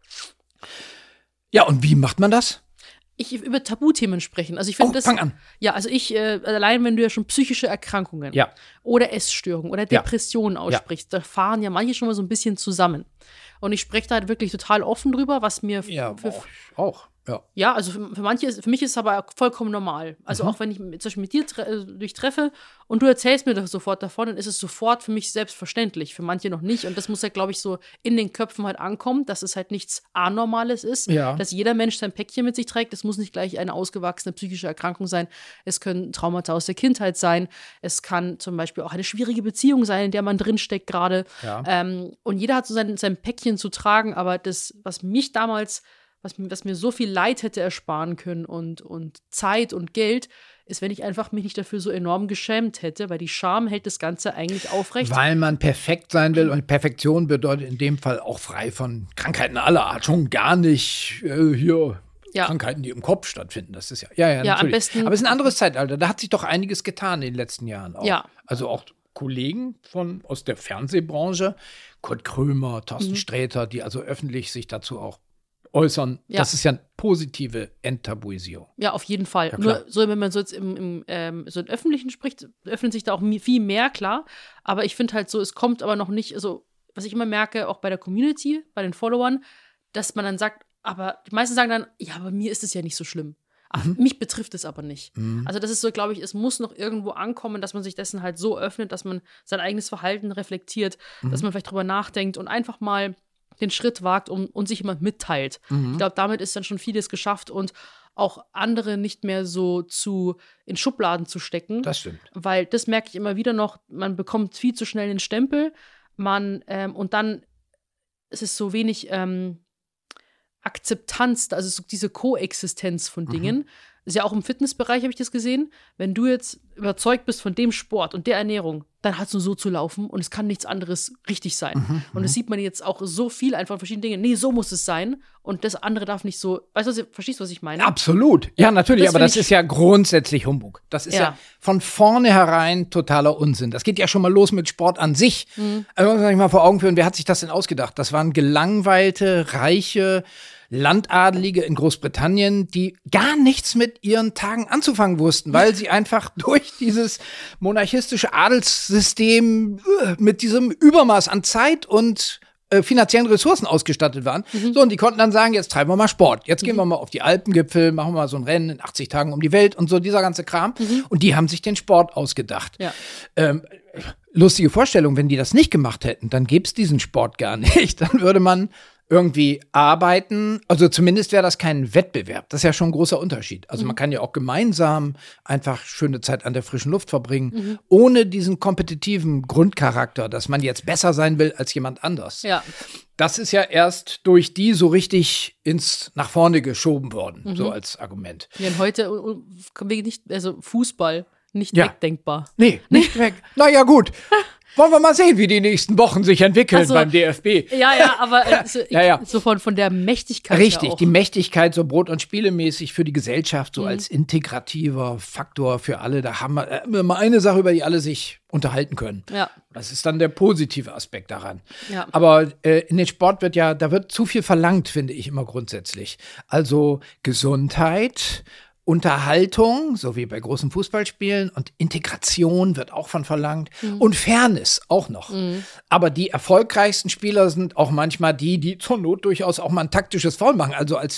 C: und wie macht man das?
B: Über Tabuthemen sprechen. Also ich finde
C: fang an.
B: Ja, also allein wenn du ja schon psychische Erkrankungen oder Essstörungen oder Depressionen aussprichst, da fahren ja manche schon mal so ein bisschen zusammen. Und ich spreche da halt wirklich total offen drüber, was mir
C: auch.
B: Ja, also für mich ist es aber vollkommen normal. Also auch wenn ich zum Beispiel mit dir dich treffe und du erzählst mir das sofort davon, dann ist es sofort für mich selbstverständlich, für manche noch nicht. Und das muss halt, glaube ich, so in den Köpfen halt ankommen, dass es halt nichts Anormales ist, dass jeder Mensch sein Päckchen mit sich trägt. Es muss nicht gleich eine ausgewachsene psychische Erkrankung sein. Es können Traumata aus der Kindheit sein. Es kann zum Beispiel auch eine schwierige Beziehung sein, in der man drinsteckt gerade. Ja. Und jeder hat so sein Päckchen zu tragen, aber das, was mich damals was mir so viel Leid hätte ersparen können und Zeit und Geld, ist, wenn ich einfach mich nicht dafür so enorm geschämt hätte, weil die Scham hält das Ganze eigentlich aufrecht.
C: Weil man perfekt sein will und Perfektion bedeutet in dem Fall auch frei von Krankheiten aller Art, schon gar nicht Krankheiten, die im Kopf stattfinden. Das ist ja natürlich.
B: Am besten.
C: Aber es ist ein anderes Zeitalter. Da hat sich doch einiges getan in den letzten Jahren auch. Ja. Also auch Kollegen aus der Fernsehbranche, Kurt Krömer, Thorsten Sträter, die also öffentlich sich dazu auch äußern. Ja. Das ist ja eine positive Enttabuisierung.
B: Ja, auf jeden Fall. Ja, nur so, wenn man so jetzt im Öffentlichen spricht, öffnet sich da auch viel mehr, klar. Aber ich finde halt so, es kommt aber noch nicht, also was ich immer merke, auch bei der Community, bei den Followern, dass man dann sagt, aber die meisten sagen dann, ja, aber mir ist es ja nicht so schlimm. Ach, mich betrifft es aber nicht. Also das ist so, glaube ich, es muss noch irgendwo ankommen, dass man sich dessen halt so öffnet, dass man sein eigenes Verhalten reflektiert, dass man vielleicht drüber nachdenkt und einfach mal den Schritt wagt und sich jemand mitteilt. Ich glaube, damit ist dann schon vieles geschafft und auch andere nicht mehr so in Schubladen zu stecken.
C: Das stimmt.
B: Weil das merke ich immer wieder noch, man bekommt viel zu schnell den Stempel, und dann ist es so wenig Akzeptanz, also so diese Koexistenz von Dingen. Ist ja auch im Fitnessbereich, habe ich das gesehen. Wenn du jetzt überzeugt bist von dem Sport und der Ernährung, dann hat es nur so zu laufen und es kann nichts anderes richtig sein. Und das sieht man jetzt auch so viel einfach von verschiedenen Dingen. Nee, so muss es sein und das andere darf nicht so. Weißt du, verstehst du, was ich meine?
C: Absolut. Ja, natürlich, aber das ist ja grundsätzlich Humbug. Das ist ja von vornherein totaler Unsinn. Das geht ja schon mal los mit Sport an sich. Also muss man sich mal vor Augen führen, wer hat sich das denn ausgedacht? Das waren gelangweilte, reiche Landadelige in Großbritannien, die gar nichts mit ihren Tagen anzufangen wussten, weil sie einfach durch dieses monarchistische Adelssystem mit diesem Übermaß an Zeit und finanziellen Ressourcen ausgestattet waren. So, und die konnten dann sagen, jetzt treiben wir mal Sport. Jetzt gehen wir mal auf die Alpengipfel, machen wir mal so ein Rennen in 80 Tagen um die Welt und so, dieser ganze Kram. Und die haben sich den Sport ausgedacht.
B: Ja.
C: Lustige Vorstellung, wenn die das nicht gemacht hätten, dann gäbe es diesen Sport gar nicht. Dann würde man irgendwie arbeiten, also zumindest wäre das kein Wettbewerb. Das ist ja schon ein großer Unterschied. Also man kann ja auch gemeinsam einfach schöne Zeit an der frischen Luft verbringen, ohne diesen kompetitiven Grundcharakter, dass man jetzt besser sein will als jemand anders.
B: Ja.
C: Das ist ja erst durch die so richtig nach vorne geschoben worden, so als Argument.
B: Ja, und heute nicht, also Fußball nicht wegdenkbar.
C: Nee, nicht weg. Naja, gut. Wollen wir mal sehen, wie die nächsten Wochen sich entwickeln beim DFB.
B: Ja, aber so von der Mächtigkeit.
C: Richtig,
B: ja auch.
C: die Mächtigkeit so Brot- und Spielemäßig für die Gesellschaft, so als integrativer Faktor für alle. Da haben wir immer eine Sache, über die alle sich unterhalten können.
B: Ja.
C: Das ist dann der positive Aspekt daran.
B: Ja.
C: Aber in den Sport da wird zu viel verlangt, finde ich immer grundsätzlich. Also Gesundheit, Unterhaltung, so wie bei großen Fußballspielen, und Integration wird auch von verlangt und Fairness auch noch. Aber die erfolgreichsten Spieler sind auch manchmal die zur Not durchaus auch mal ein taktisches Foul machen. Also als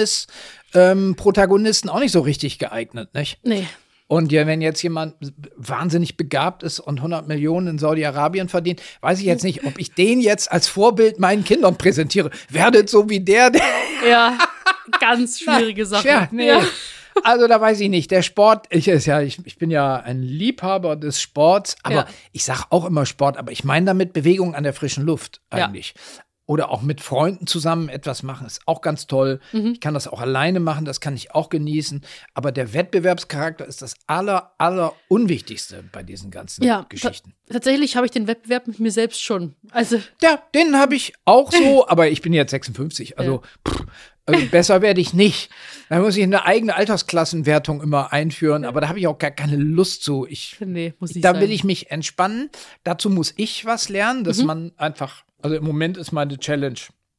C: Fairness-Protagonisten auch nicht so richtig geeignet, nicht?
B: Nee.
C: Und ja, wenn jetzt jemand wahnsinnig begabt ist und 100 Millionen in Saudi-Arabien verdient, weiß ich jetzt nicht, ob ich den jetzt als Vorbild meinen Kindern präsentiere. Werdet so wie der.
B: Ja, ganz schwierige Sache.
C: Ja, nee. Ja. Also da weiß ich nicht. Der Sport, ich bin ja ein Liebhaber des Sports, aber ich sage auch immer Sport, aber ich meine damit Bewegung an der frischen Luft eigentlich. Ja. Oder auch mit Freunden zusammen etwas machen, ist auch ganz toll. Ich kann das auch alleine machen, das kann ich auch genießen. Aber der Wettbewerbscharakter ist das aller Unwichtigste bei diesen ganzen Geschichten.
B: Tatsächlich habe ich den Wettbewerb mit mir selbst schon. Also
C: ja, den habe ich auch so, aber ich bin jetzt 56, also besser werde ich nicht. Da muss ich eine eigene Altersklassenwertung immer einführen, aber da habe ich auch gar keine Lust zu.
B: Muss nicht
C: da
B: sein.
C: will ich mich entspannen. Dazu muss ich was lernen, dass man einfach, also im Moment ist meine Challenge,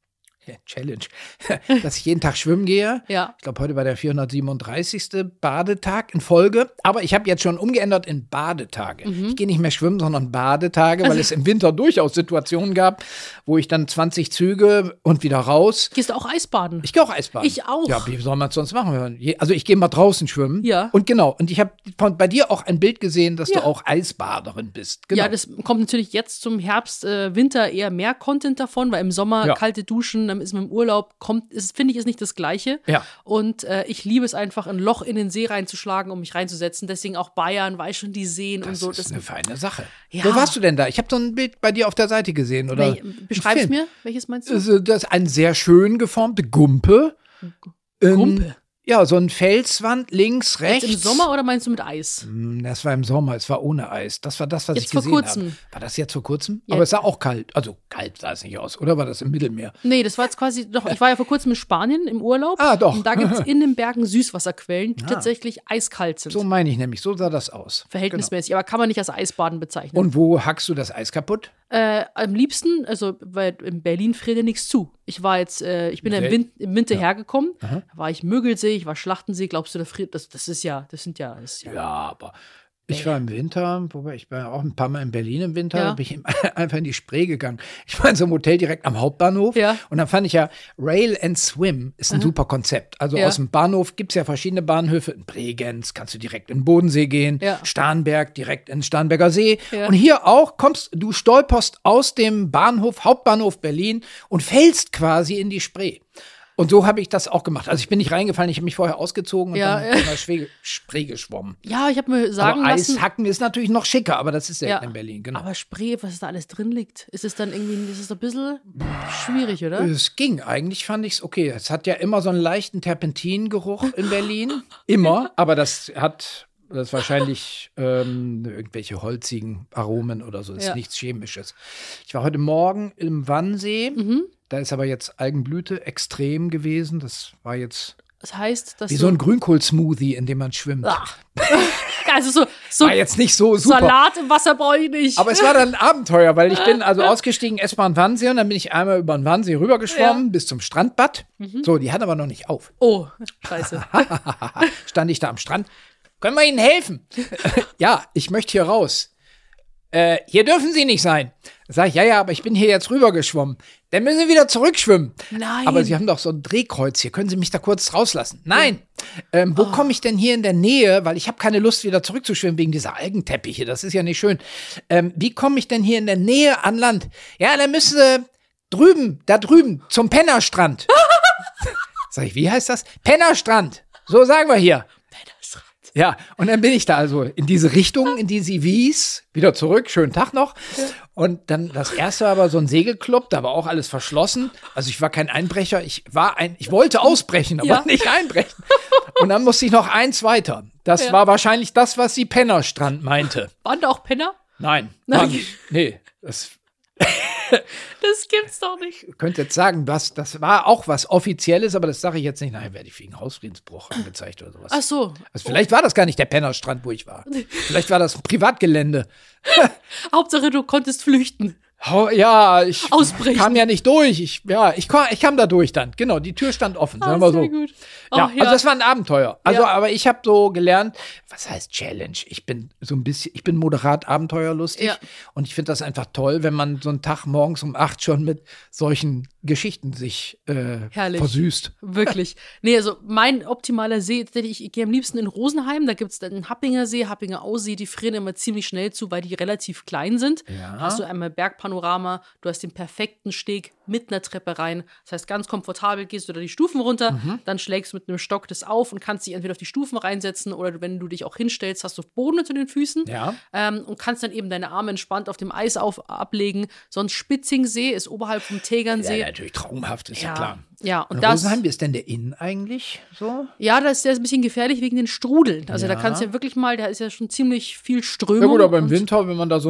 C: dass ich jeden Tag schwimmen gehe.
B: Ja.
C: Ich glaube, heute war der 437. Badetag in Folge. Aber ich habe jetzt schon umgeändert in Badetage. Ich gehe nicht mehr schwimmen, sondern Badetage, weil es im Winter durchaus Situationen gab, wo ich dann 20 Züge und wieder raus.
B: Gehst du auch Eisbaden?
C: Ich gehe auch Eisbaden.
B: Ich auch.
C: Ja, wie soll man es sonst machen? Also ich gehe mal draußen schwimmen.
B: Ja.
C: Und genau. Und ich habe bei dir auch ein Bild gesehen, dass du auch Eisbaderin bist. Genau.
B: Ja, das kommt natürlich jetzt zum Herbst, Winter eher mehr Content davon, weil im Sommer kalte Duschen, dann ist man im Urlaub, finde ich, ist nicht das Gleiche.
C: Ja.
B: Und ich liebe es einfach, ein Loch in den See reinzuschlagen, um mich reinzusetzen. Deswegen auch Bayern, weil schon die Seen und so.
C: Das ist eine feine Sache.
B: Ja.
C: Wo warst du denn da? Ich habe so ein Bild bei dir auf der Seite gesehen. Oder
B: beschreib's mir, welches meinst du?
C: Das ist eine sehr schön geformte Gumpe.
B: Gumpe?
C: Ja, so ein Felswand links, rechts.
B: Jetzt im Sommer oder meinst du mit Eis?
C: Das war im Sommer, es war ohne Eis. Das war das, was
B: jetzt
C: ich gesehen
B: vor kurzem.
C: habe. War das jetzt vor kurzem?
B: Ja.
C: Aber es sah auch kalt. Also kalt sah es nicht aus, oder war das im Mittelmeer?
B: Nee, das war jetzt quasi, ich war ja vor kurzem in Spanien im Urlaub.
C: Ah, doch.
B: Und da gibt es in den Bergen Süßwasserquellen, die tatsächlich eiskalt sind.
C: So meine ich nämlich, so sah das aus.
B: Verhältnismäßig, aber kann man nicht als Eisbaden bezeichnen.
C: Und wo hackst du das Eis kaputt?
B: Am liebsten, also weil in Berlin friert ja nichts zu. Ich war jetzt, ich bin im Winter hergekommen, da war ich Mögelsee, ich war Schlachtensee, glaubst du, da friert, das ist ja.
C: Ja, aber ich war im Winter, wobei ich war auch ein paar Mal in Berlin im Winter, bin ich einfach in die Spree gegangen. Ich war in so einem Hotel direkt am Hauptbahnhof und dann fand ich Rail and Swim ist ein super Konzept. Also aus dem Bahnhof gibt es ja verschiedene Bahnhöfe. In Bregenz kannst du direkt in den Bodensee gehen, Starnberg direkt in den Starnberger See. Ja. Und hier auch du stolperst aus dem Hauptbahnhof Berlin und fällst quasi in die Spree. Und so habe ich das auch gemacht. Also ich bin nicht reingefallen, ich habe mich vorher ausgezogen und
B: Ja,
C: dann in der Spree geschwommen.
B: Ja, ich habe mir sagen
C: Aber
B: lassen.
C: Eishacken ist natürlich noch schicker, aber das ist ja
B: Ja.
C: in Berlin, genau.
B: Aber Spree, was da alles drin liegt, ist es dann irgendwie, ist es ein bisschen schwierig, oder?
C: Es ging, eigentlich fand ich es okay. Es hat ja immer so einen leichten Terpentingeruch in Berlin. Immer, aber das ist wahrscheinlich irgendwelche holzigen Aromen oder so. Das ist nichts Chemisches. Ich war heute Morgen im Wannsee. Da ist aber jetzt Algenblüte extrem gewesen. Das war jetzt
B: Das heißt, dass
C: wie so ein Grünkohl-Smoothie, in dem man schwimmt.
B: Ach. Also so
C: War jetzt nicht so super.
B: Salat im Wasser brauche ich nicht.
C: Aber es war dann ein Abenteuer, weil ich bin also ausgestiegen, S-Bahn Wannsee und dann bin ich einmal über den Wannsee rübergeschwommen bis zum Strandbad. So, die hat aber noch nicht auf.
B: Oh, scheiße.
C: Stand ich da am Strand. Können wir Ihnen helfen? Ja, ich möchte hier raus. Hier dürfen Sie nicht sein. Sag ich, ja, aber ich bin hier jetzt rübergeschwommen. Dann müssen Sie wieder zurückschwimmen.
B: Nein.
C: Aber Sie haben doch so ein Drehkreuz hier. Können Sie mich da kurz rauslassen? Nein. Wo komme ich denn hier in der Nähe? Weil ich habe keine Lust, wieder zurückzuschwimmen wegen dieser Algenteppiche. Das ist ja nicht schön. Wie komme ich denn hier in der Nähe an Land? Ja, dann müssen Sie da drüben, zum Pennerstrand. Sag ich, wie heißt das? Pennerstrand. So sagen wir hier. Ja, und dann bin ich da also in diese Richtung, in die sie wies, wieder zurück, schönen Tag noch. Und dann das erste war aber so ein Segelclub, da war auch alles verschlossen. Also ich war kein Einbrecher, ich wollte ausbrechen, aber nicht einbrechen. Und dann musste ich noch eins weiter. Das war wahrscheinlich das, was sie Pennerstrand meinte.
B: Waren da auch Penner?
C: Nein, nee,
B: Das gibt's doch nicht.
C: Ich könnte jetzt sagen, das war auch was Offizielles, aber das sage ich jetzt nicht. Nachher werde ich wegen Hausfriedensbruch angezeigt oder sowas.
B: Ach so.
C: Also vielleicht war das gar nicht der Pennerstrand, wo ich war. Vielleicht war das ein Privatgelände.
B: Hauptsache, du konntest flüchten.
C: Ja, ich
B: Ausbrechen.
C: kam ja nicht durch. Ich kam da durch dann. Genau, die Tür stand offen, sagen wir so.
B: Sehr gut.
C: Ja, also das war ein Abenteuer. Also,
B: Ja.
C: aber ich habe so gelernt, was heißt Challenge? Ich bin moderat abenteuerlustig und ich finde das einfach toll, wenn man so einen Tag morgens um 8 schon mit solchen Geschichten sich
B: Herrlich.
C: versüßt.
B: Wirklich. Nee, also mein optimaler See, ich gehe am liebsten in Rosenheim, da gibt es den Happinger See, Happinger Aussee, die frieren immer ziemlich schnell zu, weil die relativ klein sind.
C: Ja.
B: Hast du einmal Bergpanorama, du hast den perfekten Steg mit einer Treppe rein. Das heißt, ganz komfortabel gehst du da die Stufen runter, dann schlägst du mit einem Stock das auf und kannst dich entweder auf die Stufen reinsetzen oder wenn du dich auch hinstellst, hast du Boden unter den Füßen und kannst dann eben deine Arme entspannt auf dem Eis ablegen. Sonst Spitzingsee ist oberhalb vom Tegernsee.
C: Ja, natürlich traumhaft, ist ja klar.
B: Ja,
C: Und Rosenheim, wie ist denn der Inn eigentlich so?
B: Ja, der ist ein bisschen gefährlich wegen den Strudeln. Also da kannst du ja wirklich mal, da ist ja schon ziemlich viel Strömung.
C: Ja gut, aber im Winter, wenn man da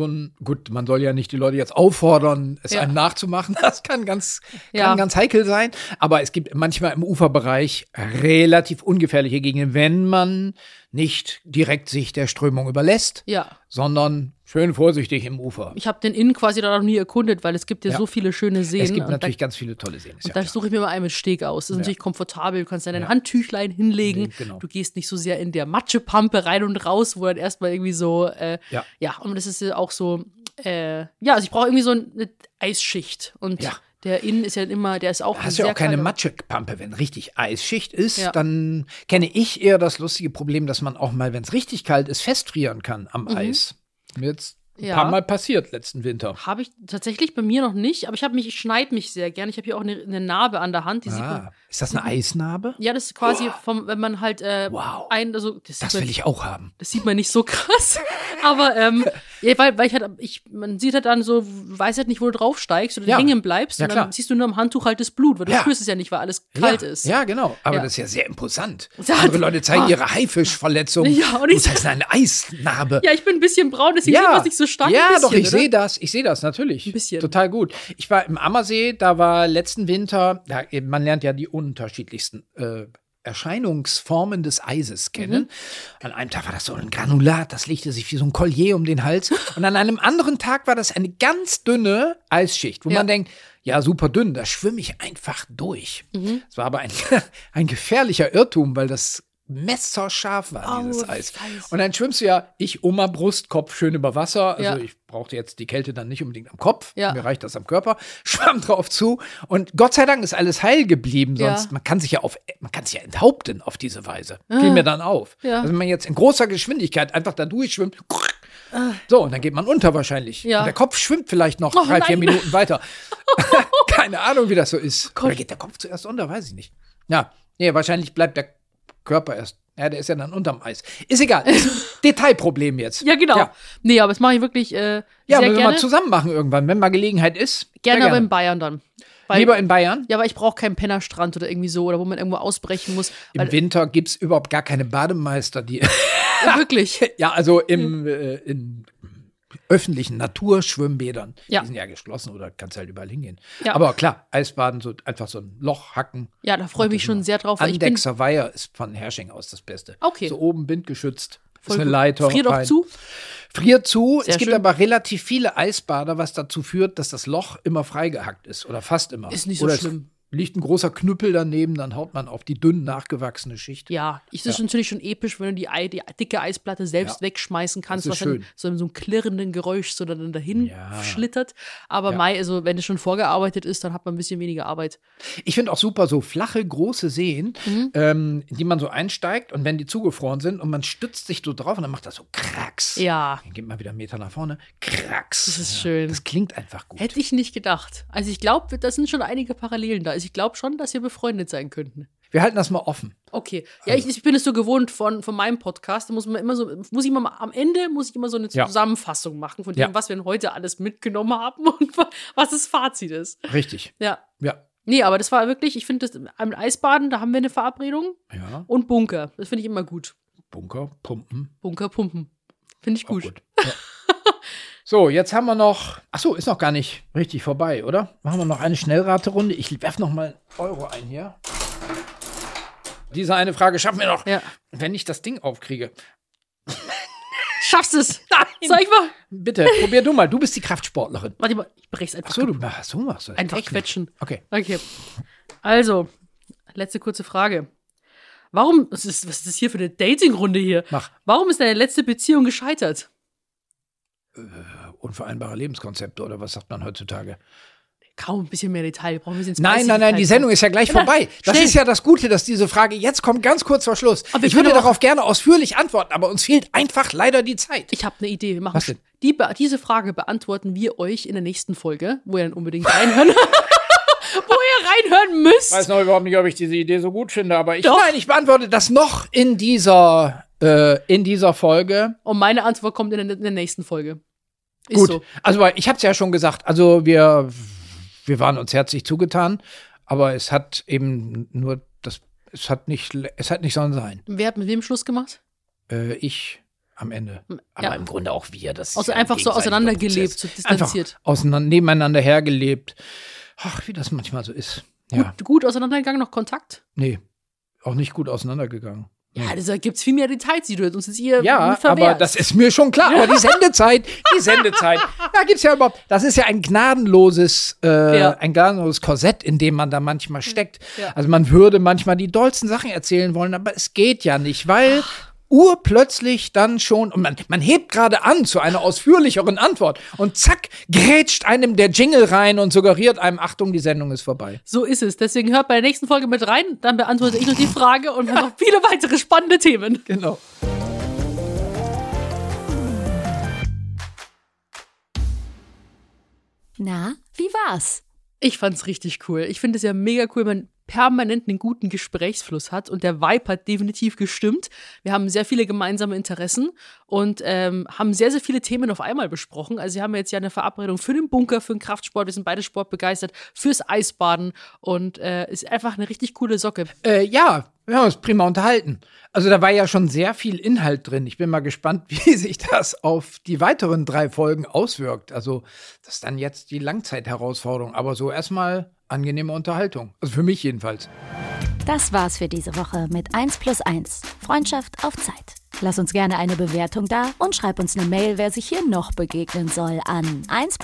C: gut, man soll ja nicht die Leute jetzt auffordern, es einem nachzumachen. Das kann ganz heikel sein. Aber es gibt manchmal im Uferbereich relativ ungefährliche Gegenden, wenn man nicht direkt sich der Strömung überlässt, sondern schön vorsichtig im Ufer.
B: Ich habe den Inn quasi da noch nie erkundet, weil es gibt ja so viele schöne Seen.
C: Es gibt natürlich ganz viele tolle Seen.
B: Und da suche ich mir mal einen mit Steg aus. Das ist natürlich komfortabel. Du kannst dein Handtüchlein hinlegen.
C: Genau.
B: Du gehst nicht so sehr in der Matschepampe rein und raus, wo dann erstmal irgendwie so, und das ist ja auch so, also ich brauche irgendwie so eine Eisschicht. Und der Inn ist ja immer, der ist auch
C: Hast du ja auch keine Matschepampe. Wenn richtig Eisschicht ist, dann kenne ich eher das lustige Problem, dass man auch mal, wenn es richtig kalt ist, festfrieren kann am Eis. Mir jetzt ein paar Mal passiert letzten Winter.
B: Habe ich tatsächlich bei mir noch nicht, aber ich schneide mich sehr gern. Ich habe hier auch eine Narbe an der Hand. Die sieht man,
C: ist das eine Eisnarbe?
B: Ja, das ist quasi wenn man halt
C: das will ich auch haben.
B: Das sieht man nicht so krass. Aber weil man sieht halt dann so, weiß halt nicht, wo du draufsteigst oder hängen bleibst. Und dann siehst du nur am Handtuch halt das Blut, weil du spürst es ja nicht, weil alles kalt ist.
C: Ja, genau. Aber das ist ja sehr imposant. Andere Leute zeigen ihre Haifischverletzung.
B: Ja, und
C: das heißt eine Eisnarbe.
B: Ja, ich bin ein bisschen braun, deswegen sieht man es nicht so stark.
C: Ja,
B: bisschen,
C: doch, ich sehe das. Ich sehe das natürlich.
B: Ein bisschen.
C: Total gut. Ich war im Ammersee, da war letzten Winter, man lernt ja die unterschiedlichsten Erscheinungsformen des Eises kennen. An einem Tag war das so ein Granulat, das legte sich wie so ein Collier um den Hals. Und an einem anderen Tag war das eine ganz dünne Eisschicht, wo man denkt, ja, super dünn, da schwimme ich einfach durch. Es war aber ein gefährlicher Irrtum, weil das messerscharf war, dieses Eis.
B: Scheiße.
C: Und dann schwimmst du Oma, Brust, Kopf schön über Wasser. Also ich brauchte jetzt die Kälte dann nicht unbedingt am Kopf. Mir reicht das am Körper. Schwamm drauf zu. Und Gott sei Dank ist alles heil geblieben. Sonst, man kann sich ja enthaupten auf diese Weise. Fiel mir dann auf. Ja. Also wenn man jetzt in großer Geschwindigkeit einfach da durchschwimmt, so, und dann geht man unter wahrscheinlich. Ja. Und der Kopf schwimmt vielleicht noch 3-4 Minuten weiter. Keine Ahnung, wie das so ist.
B: Gott.
C: Oder geht der Kopf zuerst unter? Weiß ich nicht. Ja, nee, wahrscheinlich bleibt der Körper erst. Ja, der ist ja dann unterm Eis. Ist egal. Detailproblem jetzt.
B: Ja, genau.
C: Ja.
B: Nee, aber das mache ich wirklich
C: Ja,
B: sehr
C: müssen wir
B: gerne.
C: mal zusammen machen irgendwann, wenn mal Gelegenheit ist.
B: Gerne,
C: Sehr
B: aber in Bayern dann. Weil,
C: Lieber in Bayern.
B: ja, aber ich brauche keinen Pennerstrand oder irgendwie so, oder wo man irgendwo ausbrechen muss.
C: Im
B: Weil,
C: Winter gibt es überhaupt gar keine Bademeister, die.
B: wirklich.
C: Ja, also in öffentlichen Naturschwimmbädern.
B: Ja.
C: Die sind ja geschlossen oder kannst halt überall hingehen.
B: Ja.
C: Aber klar, Eisbaden, so einfach so ein Loch hacken.
B: Ja, da freue ich mich schon sehr drauf. Weil
C: Andexer Weiher ist von Hersching aus das Beste.
B: Okay.
C: So oben windgeschützt.
B: Voll
C: ist eine
B: gut.
C: Leiter.
B: Friert auch
C: rein.
B: zu?
C: Friert zu.
B: Sehr
C: Es gibt
B: schön.
C: aber relativ viele Eisbader, was dazu führt, dass das Loch immer freigehackt ist. Oder fast immer.
B: Ist nicht so
C: oder
B: schlimm.
C: Es liegt ein großer Knüppel daneben, dann haut man auf die dünn nachgewachsene Schicht.
B: Ja, das ist natürlich schon episch, wenn du die dicke Eisplatte selbst wegschmeißen kannst,
C: Das
B: was
C: ist
B: dann
C: schön.
B: so ein klirrenden Geräusch so dann dahin
C: Ja.
B: schlittert. Aber also wenn es schon vorgearbeitet ist, dann hat man ein bisschen weniger Arbeit.
C: Ich finde auch super so flache, große Seen, in die man so einsteigt und wenn die zugefroren sind und man stützt sich so drauf und dann macht das so Kracks.
B: Ja,
C: Dann geht man wieder einen Meter nach vorne. Kracks.
B: das ist schön.
C: Das klingt einfach gut.
B: Hätte ich nicht gedacht. Also ich glaube, da sind schon einige Parallelen da. Also ich glaube schon, dass wir befreundet sein könnten.
C: Wir halten das mal offen.
B: Okay. Ja, ich bin es so gewohnt von meinem Podcast. Da muss man immer so, am Ende muss ich immer so eine
C: Ja.
B: Zusammenfassung machen von dem,
C: Ja.
B: was wir denn heute alles mitgenommen haben und was das Fazit ist.
C: Richtig.
B: Ja.
C: Ja.
B: Nee, aber das war wirklich, ich finde das am Eisbaden, da haben wir eine Verabredung.
C: Ja.
B: Und Bunker. Das finde ich immer gut.
C: Bunker, Pumpen.
B: Bunker pumpen. Finde ich
C: Auch
B: gut.
C: gut. Ja. So, jetzt haben wir noch. Achso, ist noch gar nicht richtig vorbei, oder? Machen wir noch eine Schnellraterunde. Ich werfe noch mal Euro ein hier. Diese eine Frage schaffen wir noch.
B: Ja.
C: Wenn ich das Ding aufkriege.
B: Schaffst es! Soll ich mal?
C: Bitte, probier du mal. Du bist die Kraftsportlerin.
B: Warte mal, ich brech's einfach.
C: Achso, du machst das.
B: Einfach quetschen.
C: Okay.
B: Okay. Also, letzte kurze Frage. Was ist das hier für eine Dating-Runde hier?
C: Mach.
B: Warum ist deine letzte Beziehung gescheitert?
C: Unvereinbare Lebenskonzepte oder was sagt man heutzutage?
B: Kaum ein bisschen mehr Detail. Wir brauchen ein bisschen
C: Nein,
B: Spicy
C: die
B: Details.
C: Sendung ist ja gleich vorbei. Das
B: schnell.
C: ist ja das Gute, dass diese Frage jetzt kommt, ganz kurz vor Schluss.
B: Aber wir
C: Ich würde
B: können aber
C: darauf gerne ausführlich antworten, aber uns fehlt einfach leider die Zeit.
B: Ich habe eine Idee. Wir machen
C: Was denn?
B: diese Frage beantworten wir euch in der nächsten Folge, wo ihr dann unbedingt reinhören. Wo ihr reinhören müsst.
C: Ich weiß noch überhaupt nicht, ob ich diese Idee so gut finde, aber
B: Doch.
C: ich beantworte das noch in dieser Folge.
B: Und meine Antwort kommt in der nächsten Folge. Ist
C: Gut,
B: so.
C: also ich habe es ja schon gesagt, also wir waren uns herzlich zugetan, aber es hat eben nur es hat nicht sollen sein.
B: Wer hat mit wem Schluss gemacht?
C: Ich am Ende. Aber
B: Ja.
C: im Grunde auch wir. Das ist
B: Also
C: ja ein
B: einfach so
C: gegenseitiger
B: auseinandergelebt,
C: Prozess.
B: so distanziert.
C: Einfach nebeneinander hergelebt. Ach, wie das manchmal so ist. Ja,
B: Gut auseinandergegangen, noch Kontakt?
C: nee, auch nicht gut auseinandergegangen.
B: Ja, da gibt's viel mehr Details, die du uns jetzt hier
C: Ja,
B: verwehrst.
C: aber das ist mir schon klar. Aber die Sendezeit, da gibt's ja überhaupt, das ist ja ein gnadenloses Korsett, in dem man da manchmal steckt.
B: Ja.
C: Also man würde manchmal die dollsten Sachen erzählen wollen, aber es geht ja nicht, weil urplötzlich dann schon, und man hebt gerade an zu einer ausführlicheren Antwort und zack, grätscht einem der Jingle rein und suggeriert einem, Achtung, die Sendung ist vorbei.
B: So ist es. Deswegen hört bei der nächsten Folge mit rein, dann beantworte ich noch die Frage und wir haben noch viele weitere spannende Themen.
C: Genau.
D: Na, wie war's?
B: Ich fand's richtig cool. Ich finde es ja mega cool, wenn man permanent einen guten Gesprächsfluss hat und der Vibe hat definitiv gestimmt. Wir haben sehr viele gemeinsame Interessen und haben sehr, sehr viele Themen auf einmal besprochen. Also wir haben jetzt ja eine Verabredung für den Bunker, für den Kraftsport, wir sind beide sportbegeistert, fürs Eisbaden und ist einfach eine richtig coole Socke.
C: Ja, wir haben uns prima unterhalten. Also da war ja schon sehr viel Inhalt drin. Ich bin mal gespannt, wie sich das auf die weiteren 3 Folgen auswirkt. Also das ist dann jetzt die Langzeitherausforderung. Aber so erstmal angenehme Unterhaltung. Also für mich jedenfalls.
D: Das war's für diese Woche mit 1+1. Freundschaft auf Zeit. Lass uns gerne eine Bewertung da und schreib uns eine Mail, wer sich hier noch begegnen soll, an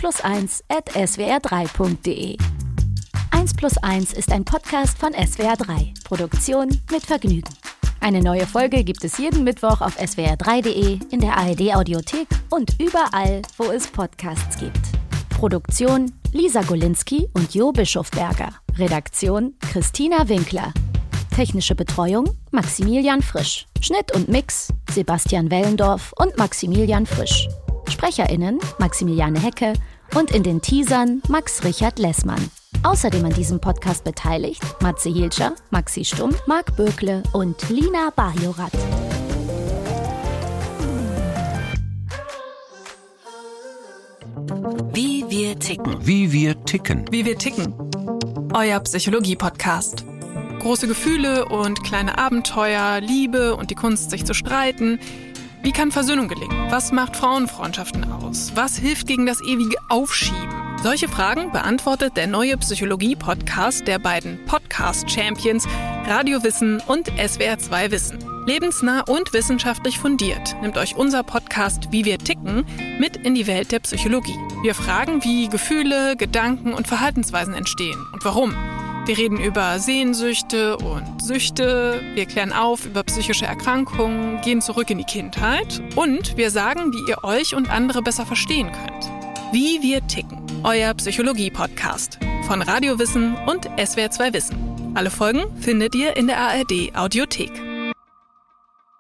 D: 1+1@swr3.de. 1+1 ist ein Podcast von SWR3. Produktion mit Vergnügen. Eine neue Folge gibt es jeden Mittwoch auf swr3.de, in der ARD-Audiothek und überall, wo es Podcasts gibt. Produktion Lisa Golinski und Jo Bischofberger. Redaktion Christina Winkler. Technische Betreuung Maximilian Frisch. Schnitt und Mix Sebastian Wellendorf und Maximilian Frisch. SprecherInnen Maximiliane Hecke und in den Teasern Max Richard Lessmann. Außerdem an diesem Podcast beteiligt Matze Hilscher, Maxi Stumm, Marc Bökle und Lina Bajorat.
A: Wie wir ticken.
F: Wie wir ticken.
G: Wie wir ticken. Euer Psychologie-Podcast. Große Gefühle und kleine Abenteuer, Liebe und die Kunst, sich zu streiten. Wie kann Versöhnung gelingen? Was macht Frauenfreundschaften aus? Was hilft gegen das ewige Aufschieben? Solche Fragen beantwortet der neue Psychologie-Podcast der beiden Podcast-Champions Radio Wissen und SWR 2 Wissen. Lebensnah und wissenschaftlich fundiert nimmt euch unser Podcast Wie wir ticken mit in die Welt der Psychologie. Wir fragen, wie Gefühle, Gedanken und Verhaltensweisen entstehen und warum. Wir reden über Sehnsüchte und Süchte, wir klären auf über psychische Erkrankungen, gehen zurück in die Kindheit und wir sagen, wie ihr euch und andere besser verstehen könnt. Wie wir ticken, euer Psychologie-Podcast von Radio Wissen und SWR 2 Wissen. Alle Folgen findet ihr in der ARD Audiothek.